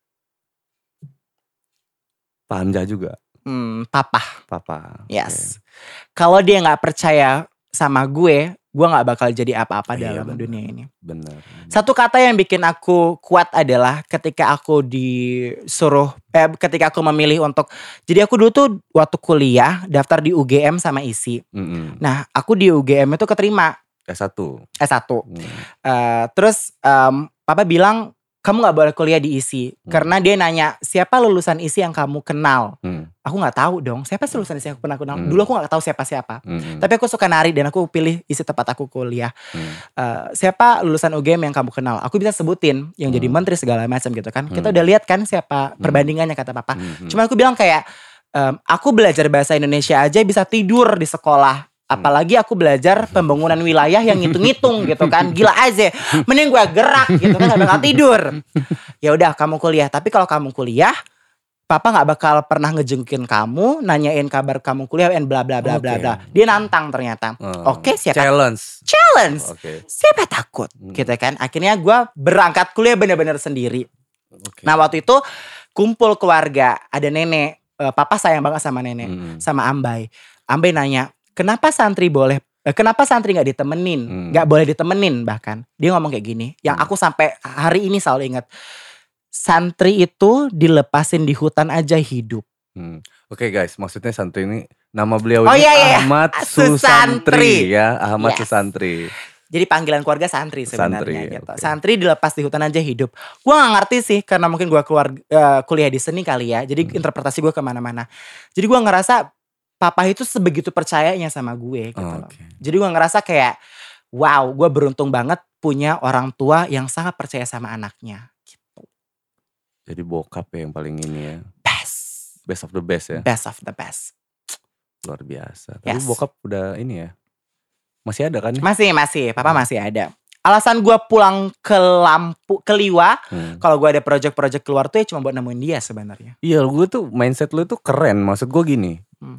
Pak Hamzah juga. Papa. Yes. Kalau dia gak percaya sama gue gak bakal jadi apa-apa dalam dunia ini. Benar. Satu kata yang bikin aku kuat adalah ketika aku ketika aku memilih untuk, jadi aku dulu tuh waktu kuliah daftar di UGM sama ISI. Nah aku di UGM itu keterima S1. Terus papa bilang kamu gak boleh kuliah di ISI. Karena dia nanya siapa lulusan ISI yang kamu kenal. Aku gak tahu dong siapa sih lulusan ISI yang aku pernah kenal. Dulu aku gak tahu siapa-siapa. Tapi aku suka nari dan aku pilih ISI tempat aku kuliah. Siapa lulusan UGM yang kamu kenal. Aku bisa sebutin yang jadi menteri segala macam gitu kan. Kita udah lihat kan siapa perbandingannya kata papa. Cuma aku bilang kayak aku belajar bahasa Indonesia aja bisa tidur di sekolah. Apalagi aku belajar pembangunan wilayah yang ngitung-ngitung gitu kan. Gila aja. Mending gue gerak gitu kan, gak bakal tidur. Ya udah kamu kuliah. Tapi kalau kamu kuliah, papa gak bakal pernah ngejengukin kamu, nanyain kabar kamu kuliah and bla bla bla bla bla. Dia nantang ternyata. Oke, siapa? Challenge. Siapa takut? Gitu kan. Akhirnya gue berangkat kuliah bener-bener sendiri. Nah waktu itu kumpul keluarga. Ada nenek. Papa sayang banget sama nenek. Sama Ambai. Ambai nanya, kenapa santri gak ditemenin? Gak boleh ditemenin bahkan. Dia ngomong kayak gini. Yang aku sampai hari ini selalu ingat. Santri itu dilepasin di hutan aja hidup. Oke guys, maksudnya santri ini, nama beliau ini Ahmad Susantri ya. Ahmad Susantri. Jadi panggilan keluarga santri sebenarnya gitu. Santri dilepas di hutan aja hidup. Gue gak ngerti sih karena mungkin gue kuliah di seni kali ya. Jadi interpretasi gue kemana-mana. Jadi gue ngerasa papa itu sebegitu percayanya sama gue gitu loh. Jadi gue ngerasa kayak wow, gue beruntung banget punya orang tua yang sangat percaya sama anaknya gitu. Jadi bokap ya yang paling ini ya. Best of the best ya. Best of the best. Luar biasa. Tapi bokap udah ini ya. Masih ada kan? Masih. Papa masih ada. Alasan gue pulang ke Liwa, kalau gue ada project-project keluar tuh ya cuma buat nemuin dia sebenarnya. Iya, gue tuh mindset lu tuh keren. Maksud gue gini.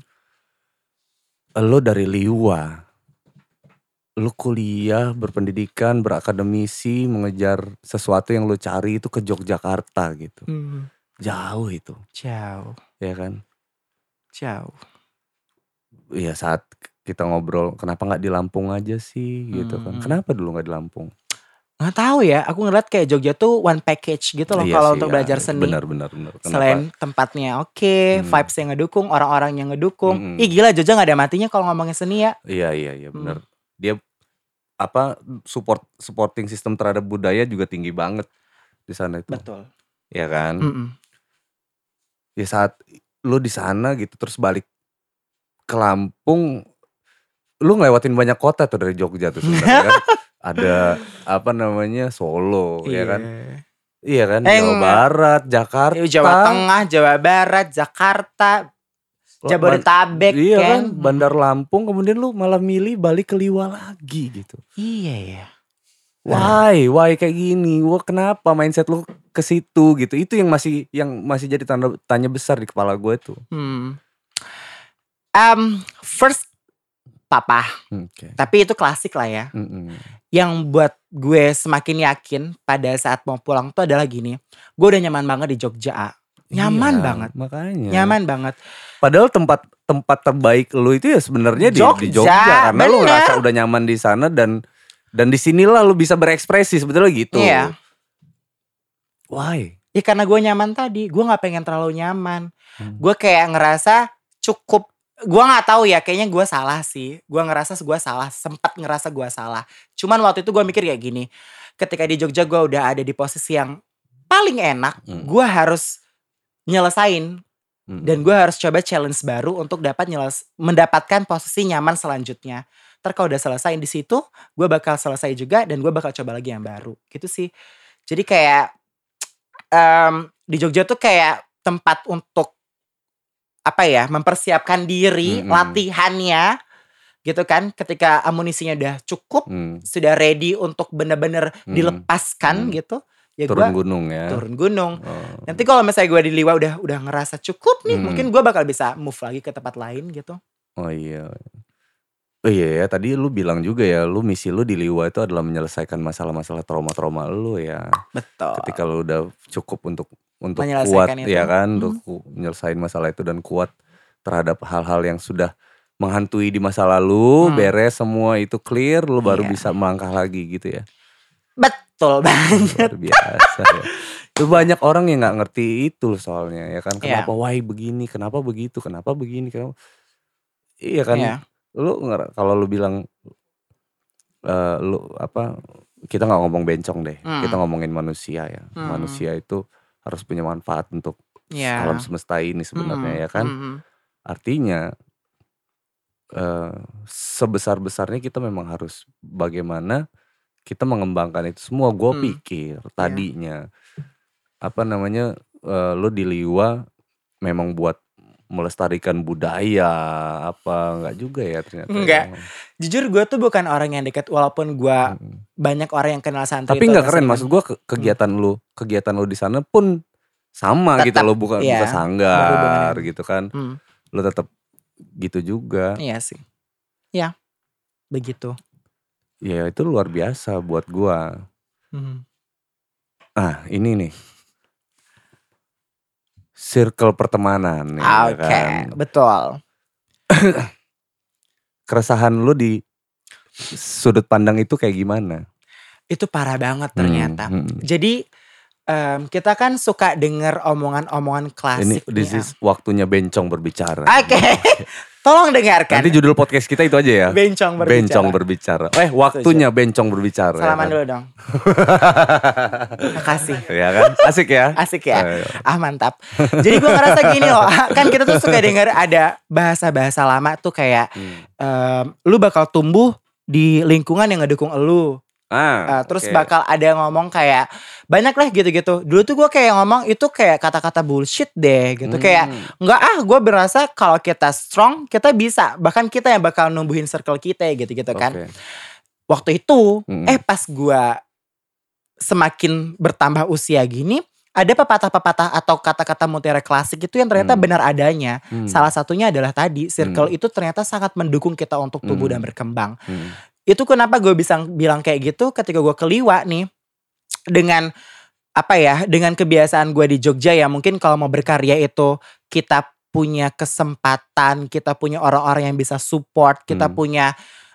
Lo dari Liwa, lo kuliah, berpendidikan, berakademisi, mengejar sesuatu yang lo cari itu ke Yogyakarta gitu. Jauh itu. Jauh. Ya kan? Jauh. Iya saat kita ngobrol, kenapa gak di Lampung aja sih gitu kan. Kenapa dulu gak di Lampung? Gak tahu ya, aku ngeliat kayak Jogja tuh one package gitu loh kalau untuk belajar seni. Benar. Selain tempatnya vibes yang ngedukung, orang-orang yang ngedukung. Ih gila, Jogja gak ada matinya kalau ngomongin seni ya. Iya benar. Dia supporting sistem terhadap budaya juga tinggi banget di sana itu. Betul. Ya kan? Ya saat lu di sana gitu terus balik ke Lampung, lu ngelewatin banyak kota tuh dari Jogja tuh sebenarnya kan. Ada Solo ya kan. Iya kan, Jawa Barat, Jakarta. Jawa Tengah, Jawa Barat, Jakarta, Jabodetabek iya kan. Bandar Lampung, kemudian lu malah milih balik ke Liwa lagi gitu. Iya ya. Why kayak gini? Wah kenapa mindset lu ke situ gitu? Itu yang masih jadi tanya besar di kepala gue tuh. First papa. Tapi itu klasik lah ya. Yang buat gue semakin yakin pada saat mau pulang tuh adalah gini. Gue udah nyaman banget di Jogja. Nyaman banget. Makanya. Nyaman banget. Padahal tempat terbaik lu itu ya sebenarnya di Jogja. Karena lu ngerasa udah nyaman di sana dan disinilah lu bisa berekspresi sebetulnya gitu. Iya. Why? Ya karena gue nyaman tadi, gue nggak pengen terlalu nyaman. Gue kayak ngerasa cukup. Gue nggak tahu ya, kayaknya gue salah sih. Gue ngerasa gue salah, sempat ngerasa gue salah. Cuman waktu itu gue mikir kayak gini, ketika di Jogja gue udah ada di posisi yang paling enak, gue harus nyelesain. Dan gue harus coba challenge baru untuk mendapatkan posisi nyaman selanjutnya. Ntar kalau udah selesai di situ, gue bakal selesai juga dan gue bakal coba lagi yang baru. Gitu sih. Jadi kayak di Jogja tuh kayak tempat untuk mempersiapkan diri, latihannya gitu kan. Ketika amunisinya udah cukup, sudah ready untuk bener-bener dilepaskan gitu. Ya turun gunung ya. Turun gunung. Nanti kalau misalnya gue di Liwa udah ngerasa cukup nih, mungkin gue bakal bisa move lagi ke tempat lain gitu. Oh iya. Oh iya ya, tadi lu bilang juga ya, misi lu di Liwa itu adalah menyelesaikan masalah-masalah trauma-trauma lu ya. Betul. Ketika lu udah cukup untuk menyelesaikan kuat itu. Ya kan, untuk menyelesaikan masalah itu dan kuat terhadap hal-hal yang sudah menghantui di masa lalu, beres semua itu clear, lu baru bisa melangkah lagi gitu ya. Betul banget. Luar biasa ya. Itu banyak orang yang gak ngerti itu loh soalnya ya kan. Kenapa why begini, kenapa begitu, kenapa begini, kenapa. Iya kan. Lu kalau lu bilang kita gak ngomong bencong deh. Kita ngomongin manusia ya. Manusia itu harus punya manfaat untuk alam semesta ini sebenarnya ya kan. Artinya sebesar-besarnya kita memang harus bagaimana kita mengembangkan itu semua. Gue pikir tadinya lo di Liwa memang buat melestarikan budaya enggak juga ya ternyata. Enggak. Jujur gue tuh bukan orang yang dekat, walaupun gue banyak orang yang kenal santri. Tapi enggak keren, maksud gue kegiatan lo di sana pun sama tetap, gitu lo buka sanggar gitu kan. Lo tetap gitu juga. Iya sih. Ya. Begitu. Ya itu luar biasa buat gua. Ini nih. Circle pertemanan nih. Oke, kan? Betul. Keresahan lu di sudut pandang itu kayak gimana? Itu parah banget ternyata. Jadi kita kan suka denger omongan-omongan klasik. This is waktunya bencong berbicara. Oke. Tolong dengarkan. Nanti judul podcast kita itu aja ya. Bencong berbicara. Waktunya bencong berbicara. Salaman dulu dong. Makasih. Ya kan? Asik ya? Asik ya. Mantap. Jadi gue ngerasa gini loh. Kan kita tuh suka denger ada bahasa-bahasa lama tuh kayak lu bakal tumbuh di lingkungan yang ngedukung lu. Terus bakal ada yang ngomong kayak banyak lah gitu-gitu. Dulu tuh gue kayak ngomong itu kayak kata-kata bullshit deh gitu. Kayak enggak gue berasa kalau kita strong kita bisa. Bahkan kita yang bakal numbuhin circle kita gitu-gitu kan. Waktu itu pas gue semakin bertambah usia gini, ada pepatah-pepatah atau kata-kata mutiara klasik itu yang ternyata benar adanya. Salah satunya adalah tadi, circle itu ternyata sangat mendukung kita untuk tumbuh dan berkembang. Itu kenapa gue bisa bilang kayak gitu ketika gue ke Liwa nih. Dengan dengan kebiasaan gue di Jogja ya. Mungkin kalau mau berkarya itu kita punya kesempatan, kita punya orang-orang yang bisa support, kita punya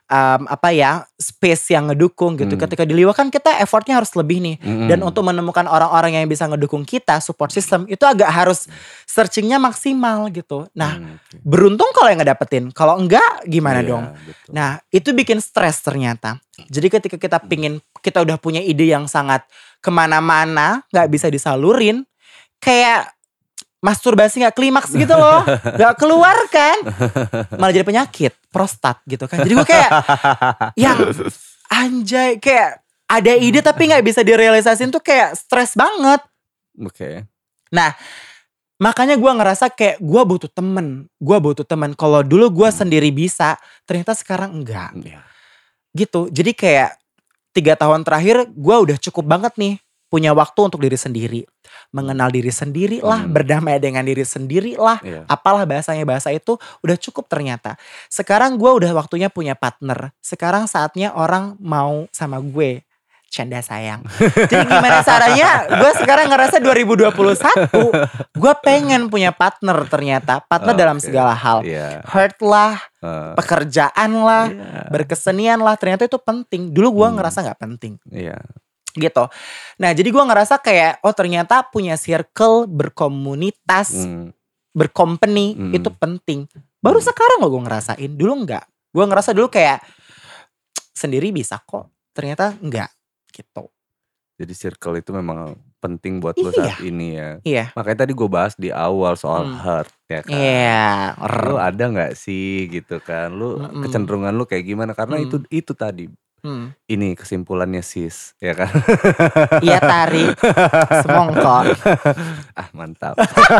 space yang ngedukung gitu. Ketika di Liwa kan kita effortnya harus lebih nih. Dan untuk menemukan orang-orang yang bisa ngedukung kita, support system, itu agak harus searchingnya maksimal gitu. Nah beruntung kalau yang ngedapetin. Kalau enggak gimana dong. Betul. Nah itu bikin stres ternyata. Jadi ketika kita udah punya ide yang sangat kemana-mana, gak bisa disalurin. Kayak masturbasi gak klimaks gitu loh. Gak keluar kan. Malah jadi penyakit prostat gitu kan. Jadi gue kayak yang anjay, kayak ada ide tapi gak bisa direalisasin tuh kayak stres banget. Nah makanya gue ngerasa kayak gue butuh temen. Kalau dulu gue sendiri bisa, ternyata sekarang enggak gitu. Jadi kayak 3 tahun terakhir gue udah cukup banget nih punya waktu untuk diri sendiri. Mengenal diri sendiri lah, berdamai dengan diri sendiri lah. Apalah bahasa itu udah cukup ternyata. Sekarang gue udah waktunya punya partner. Sekarang saatnya orang mau sama gue. Canda sayang. Jadi gimana caranya gue sekarang ngerasa 2021 gue pengen punya partner ternyata. Partner dalam segala hal. Heart lah, pekerjaan lah, berkesenian lah. Ternyata itu penting. Dulu gue ngerasa gak penting. Gitu. Nah jadi gue ngerasa kayak ternyata punya circle berkomunitas, bercompany itu penting. Baru sekarang loh gue ngerasain, dulu enggak. Gue ngerasa dulu kayak sendiri bisa kok, ternyata enggak gitu. Jadi circle itu memang penting buat lo saat ini ya. Iya. Makanya tadi gue bahas di awal soal heart ya kan. Iya. Lo ada gak sih gitu kan. Lo kecenderungan lo kayak gimana. Karena itu tadi. Ini kesimpulannya sis ya kan. Iya Tari. Semongkok. Mantap.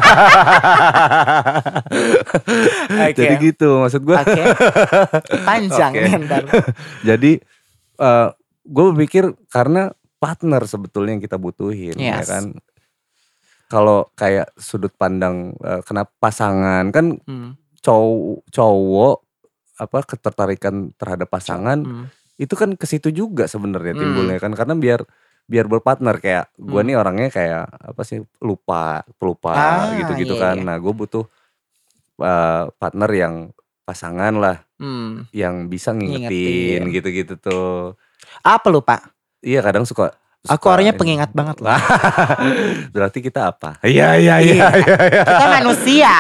Jadi gitu maksud gue. Panjang nih ntar. Jadi gue berpikir karena partner sebetulnya yang kita butuhin ya kan. Kalau kayak sudut pandang kenapa pasangan kan cowok ketertarikan terhadap pasangan itu kan ke situ juga sebenarnya timbulnya kan, karena biar berpartner. Kayak gue nih orangnya kayak pelupa gitu kan. Nah gue butuh partner yang pasangan lah yang bisa ngingetin gitu tuh. Apa lupa? Iya kadang suka aku orangnya pengingat banget lah. Berarti kita apa? Iya. Kita manusia.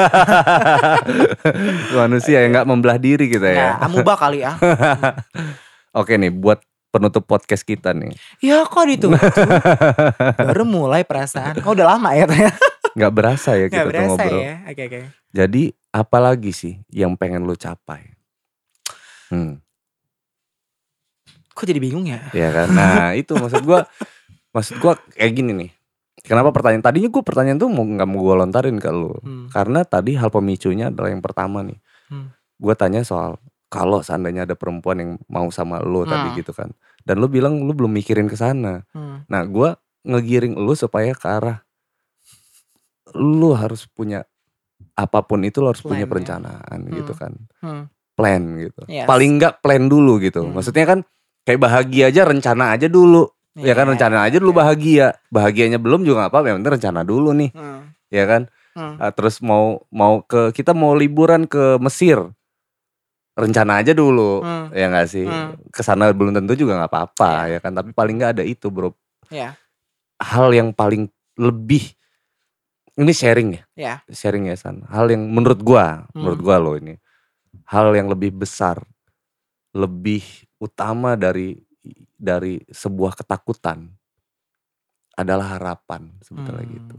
Manusia yang gak membelah diri kita ya. Amuba kali ya. Oke nih buat penutup podcast kita nih. Ya kok ditutup? Baru mulai perasaan. Kok udah lama ya? Gak berasa ya kita tuh ngobrol. Ya? Oke. Jadi apa lagi sih yang pengen lo capai? Kok jadi bingung ya? Iya kan. Nah itu maksud gue kayak gini nih. Kenapa tadinya pertanyaan tuh gak mau gue lontarin ke lu. Karena tadi hal pemicunya adalah yang pertama nih. Gue tanya soal kalau seandainya ada perempuan yang mau sama lu tadi gitu kan. Dan lu bilang lu belum mikirin ke sana. Nah gue ngegiring lu supaya ke arah lu harus punya apapun itu, lu harus punya perencanaan gitu kan. Plan gitu. Paling gak plan dulu gitu. Maksudnya kan kayak bahagia aja rencana aja dulu. Ya kan rencana aja dulu bahagia. Bahagianya belum juga gak apa-apa, yang penting rencana dulu nih. Ya kan. Terus kita mau liburan ke Mesir. Rencana aja dulu. Ya gak sih. Kesana belum tentu juga gak apa-apa ya kan. Tapi paling gak ada itu bro. Hal yang paling lebih. Ini sharing ya. Sharing ya San. Hal yang menurut gua loh ini. Hal yang lebih besar. Lebih utama dari sebuah ketakutan adalah harapan sebetulnya gitu.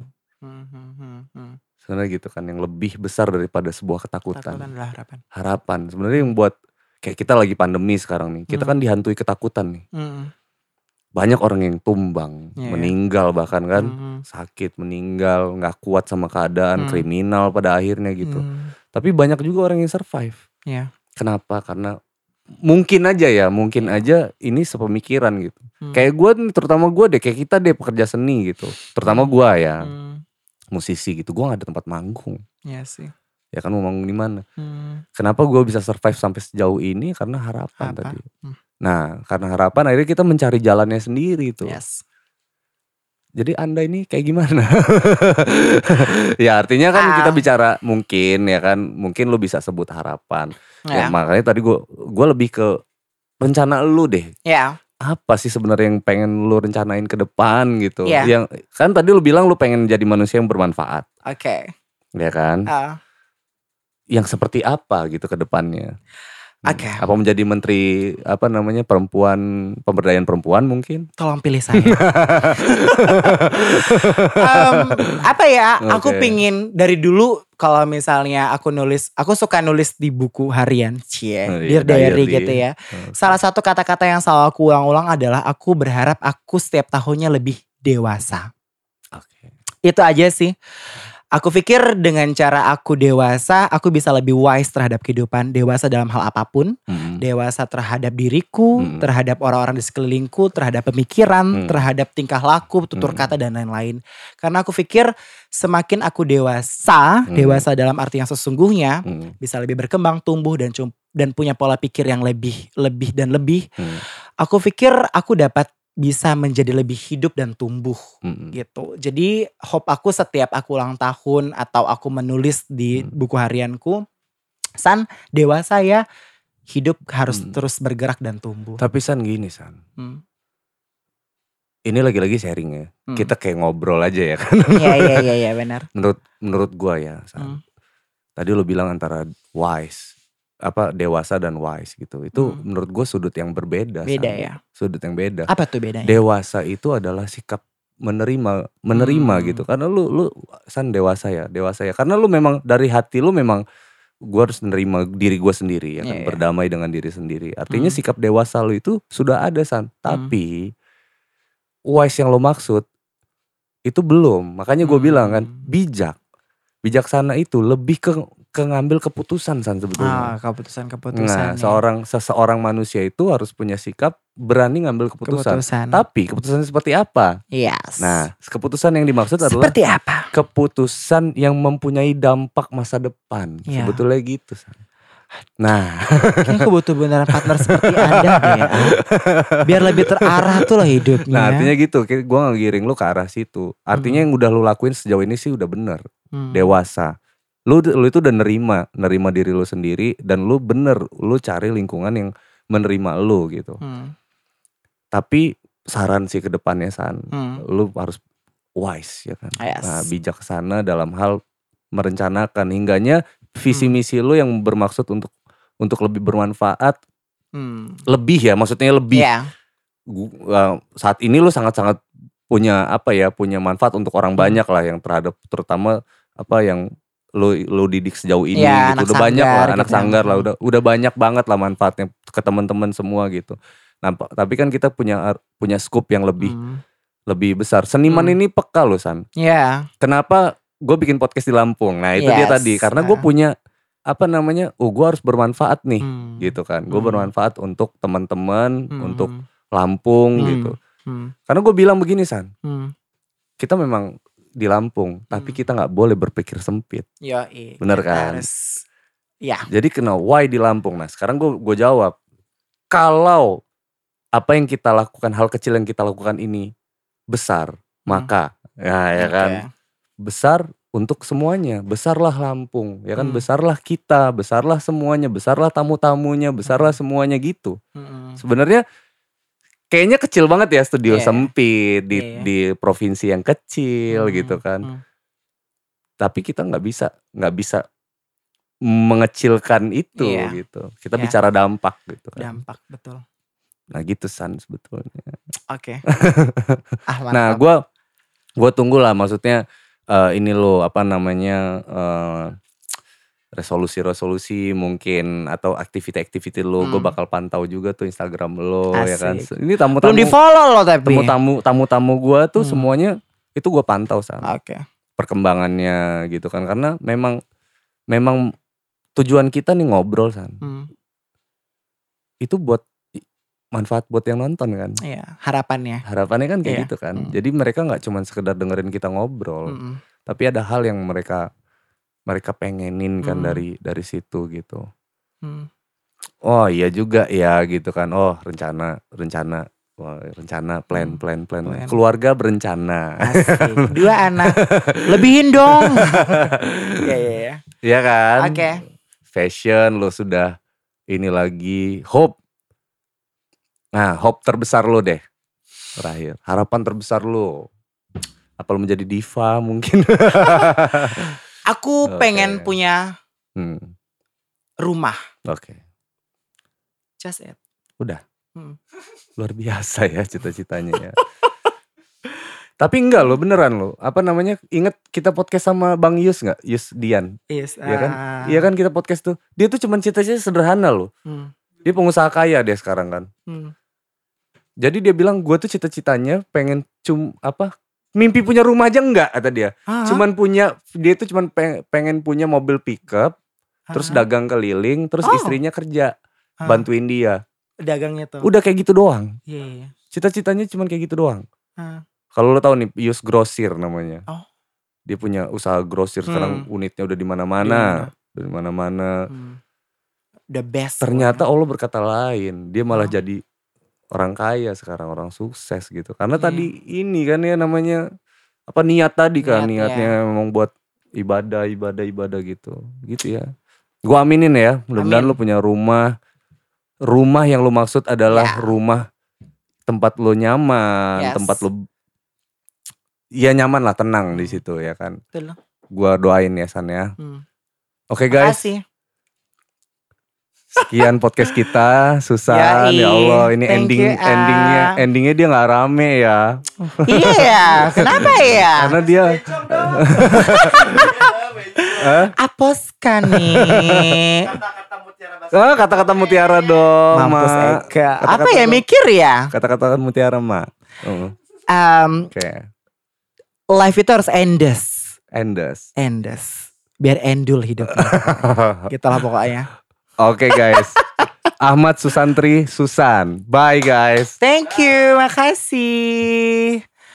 Sebenarnya gitu kan, yang lebih besar daripada sebuah ketakutan adalah harapan. Sebenarnya yang buat kayak kita lagi pandemi sekarang nih, kita kan dihantui ketakutan nih. Banyak orang yang tumbang, meninggal bahkan kan, sakit, meninggal, nggak kuat sama keadaan, kriminal pada akhirnya gitu. Tapi banyak juga orang yang survive. Kenapa? Karena mungkin aja ini sepemikiran gitu. Kayak gue nih, terutama gue deh, kayak kita deh pekerja seni gitu. Terutama gue ya, musisi gitu. Gue gak ada tempat manggung. Iya sih. Ya kan mau manggung di mana? Kenapa gue bisa survive sampai sejauh ini? Karena harapan tadi. Nah karena harapan akhirnya kita mencari jalannya sendiri tuh. Jadi Anda ini kayak gimana? Ya artinya kan kita bicara mungkin ya kan. Mungkin lu bisa sebut harapan. Ya makanya tadi gue lebih ke rencana lu deh. Apa sih sebenarnya yang pengen lu rencanain ke depan gitu. Yang kan tadi lu bilang lu pengen jadi manusia yang bermanfaat. Ya kan? Yang seperti apa gitu ke depannya. Apa menjadi menteri perempuan, pemberdayaan perempuan mungkin? Tolong pilih saya. Aku pingin dari dulu kalau misalnya aku suka nulis di buku harian, Dear Diary gitu ya. Salah satu kata-kata yang selalu aku ulang-ulang adalah aku berharap aku setiap tahunnya lebih dewasa. Itu aja sih. Aku pikir dengan cara aku dewasa, aku bisa lebih wise terhadap kehidupan. Dewasa dalam hal apapun. Dewasa terhadap diriku, terhadap orang-orang di sekelilingku, terhadap pemikiran, terhadap tingkah laku, tutur kata dan lain-lain. Karena aku pikir semakin aku dewasa dalam arti yang sesungguhnya, bisa lebih berkembang, tumbuh dan punya pola pikir yang lebih. Aku pikir aku dapat bisa menjadi lebih hidup dan tumbuh gitu. Jadi hope aku setiap aku ulang tahun atau aku menulis di buku harianku, San, dewasa ya, hidup harus terus bergerak dan tumbuh. Tapi San gini San, ini lagi-lagi sharing ya. Kita kayak ngobrol aja ya kan. Iya benar. Menurut gue ya. Tadi lo bilang antara wise, dewasa dan wise gitu. Itu menurut gue sudut yang berbeda. Beda ya. Sudut yang beda. Apa tuh bedanya? Dewasa itu adalah sikap menerima gitu. Karena lu San dewasa ya. Karena lu memang dari hati lu memang gue harus menerima diri gue sendiri ya kan. Berdamai dengan diri sendiri. Artinya sikap dewasa lu itu sudah ada San. Tapi wise yang lo maksud itu belum. Makanya gue bilang kan bijaksana itu lebih ke ngambil keputusan San sebetulnya. Keputusan. Nah, seseorang manusia itu harus punya sikap berani ngambil keputusan. Tapi keputusan seperti apa? Yes. Nah, keputusan yang dimaksud adalah seperti apa? Keputusan yang mempunyai dampak masa depan. Sebetulnya gitu San. Nah, kayaknya aku butuh beneran partner seperti Anda deh ya. Biar lebih terarah tuh lah hidupnya. Nah artinya gitu, gue gak ngiring lu ke arah situ. Artinya yang udah lu lakuin sejauh ini sih udah bener. Dewasa. Lu itu udah nerima diri lu sendiri. Dan lu lu cari lingkungan yang menerima lu gitu. Tapi saran sih ke depannya San, lu harus wise ya kan. Nah, bijaksana dalam hal merencanakan hingganya visi misi lu yang bermaksud untuk lebih bermanfaat, lebih ya, maksudnya lebih. Saat ini lu sangat-sangat punya punya manfaat untuk orang banyak lah, yang terutama yang lu didik sejauh ini gitu. Udah banyak lah anak sanggar lah, udah banyak banget lah manfaatnya ke teman-teman semua gitu. Nah, tapi kan kita punya scoop yang lebih besar. Seniman ini peka loh San. Kenapa gue bikin podcast di Lampung? Nah itu dia tadi, karena gue punya gue harus bermanfaat nih gitu kan. Gue bermanfaat untuk teman-teman, untuk Lampung gitu. Karena gue bilang begini San, kita memang di Lampung, tapi kita nggak boleh berpikir sempit. Bener kan? Jadi kena why di Lampung. Nah sekarang gue jawab, kalau apa yang kita lakukan, hal kecil yang kita lakukan ini besar, maka ya kan, besar untuk semuanya. Besarlah Lampung, ya kan, besarlah kita, besarlah semuanya, besarlah tamu-tamunya, besarlah semuanya gitu. Sebenarnya kayaknya kecil banget ya, studio sempit di provinsi yang kecil gitu kan. Tapi kita nggak bisa mengecilkan itu gitu. Kita bicara dampak gitu kan. Dampak, betul. Nah gitu San sebetulnya. Oke. Nah gue tunggu lah, maksudnya ini lo resolusi mungkin atau aktiviti lo, gue bakal pantau juga tuh Instagram lo. Asik. Ya kan. Ini belum di follow lo tapi. Tamu-tamu gue tuh semuanya itu gue pantau San. Perkembangannya gitu kan, karena memang tujuan kita nih ngobrol San. Itu buat manfaat buat yang nonton kan. Iya, harapannya kan kayak gitu kan. Jadi mereka nggak cuma sekedar dengerin kita ngobrol, tapi ada hal yang mereka pengenin kan dari situ gitu. Oh iya juga ya gitu kan. Oh rencana, plan. Keluarga berencana. Asik. 2 anak, lebihin dong. Iya. Iya kan. Oke. Fashion lo sudah ini lagi, hope. Nah, hope terbesar lo deh. Terakhir, harapan terbesar lo. Apa lo menjadi diva mungkin? Aku pengen punya rumah. Just it. Udah. Luar biasa ya cita-citanya ya. Tapi enggak lo, beneran lo. Ingat kita podcast sama Bang Yus gak? Yus Dian. Iya kan? Iya kan kita podcast tuh. Dia tuh cuman cita-cita sederhana lo. Dia pengusaha kaya dia sekarang kan. Jadi dia bilang, gue tuh cita-citanya pengen mimpi punya rumah aja enggak, kata dia. Dia tuh cuman pengen punya mobil pickup, terus dagang keliling, terus istrinya kerja, bantuin dia. Dagangnya tuh. Udah kayak gitu doang. Iya. Cita-citanya cuman kayak gitu doang. Kalau lo tahu nih, Yus Grosir namanya. Dia punya usaha grosir, sekarang unitnya udah di mana-mana. The best. Ternyata Allah berkata lain, dia malah jadi orang kaya sekarang, orang sukses gitu. Karena tadi ini kan ya namanya niat tadi kan, niatnya memang buat ibadah gitu ya. Gua aminin ya, mudah-mudahan lu punya rumah yang lu maksud adalah rumah tempat lo nyaman, tempat lo ya nyaman lah, tenang di situ ya kan. Betul. Gua doain ya San ya. Oke guys. Makasih. Sekian podcast kita, Susan. Ya Allah, ini endingnya dia nggak rame ya. Iya, kenapa ya? Karena dia Apos kan nih. Kata-kata mutiara dong, Mampus Mak. Eka. Apa ya mikir ya? Kata-kata mutiara, Mak. Life itu harus endes. Biar endul hidupnya. Gitu lah pokoknya. Oke guys. Ahmad Susantri Susan. Bye guys. Thank you, makasih.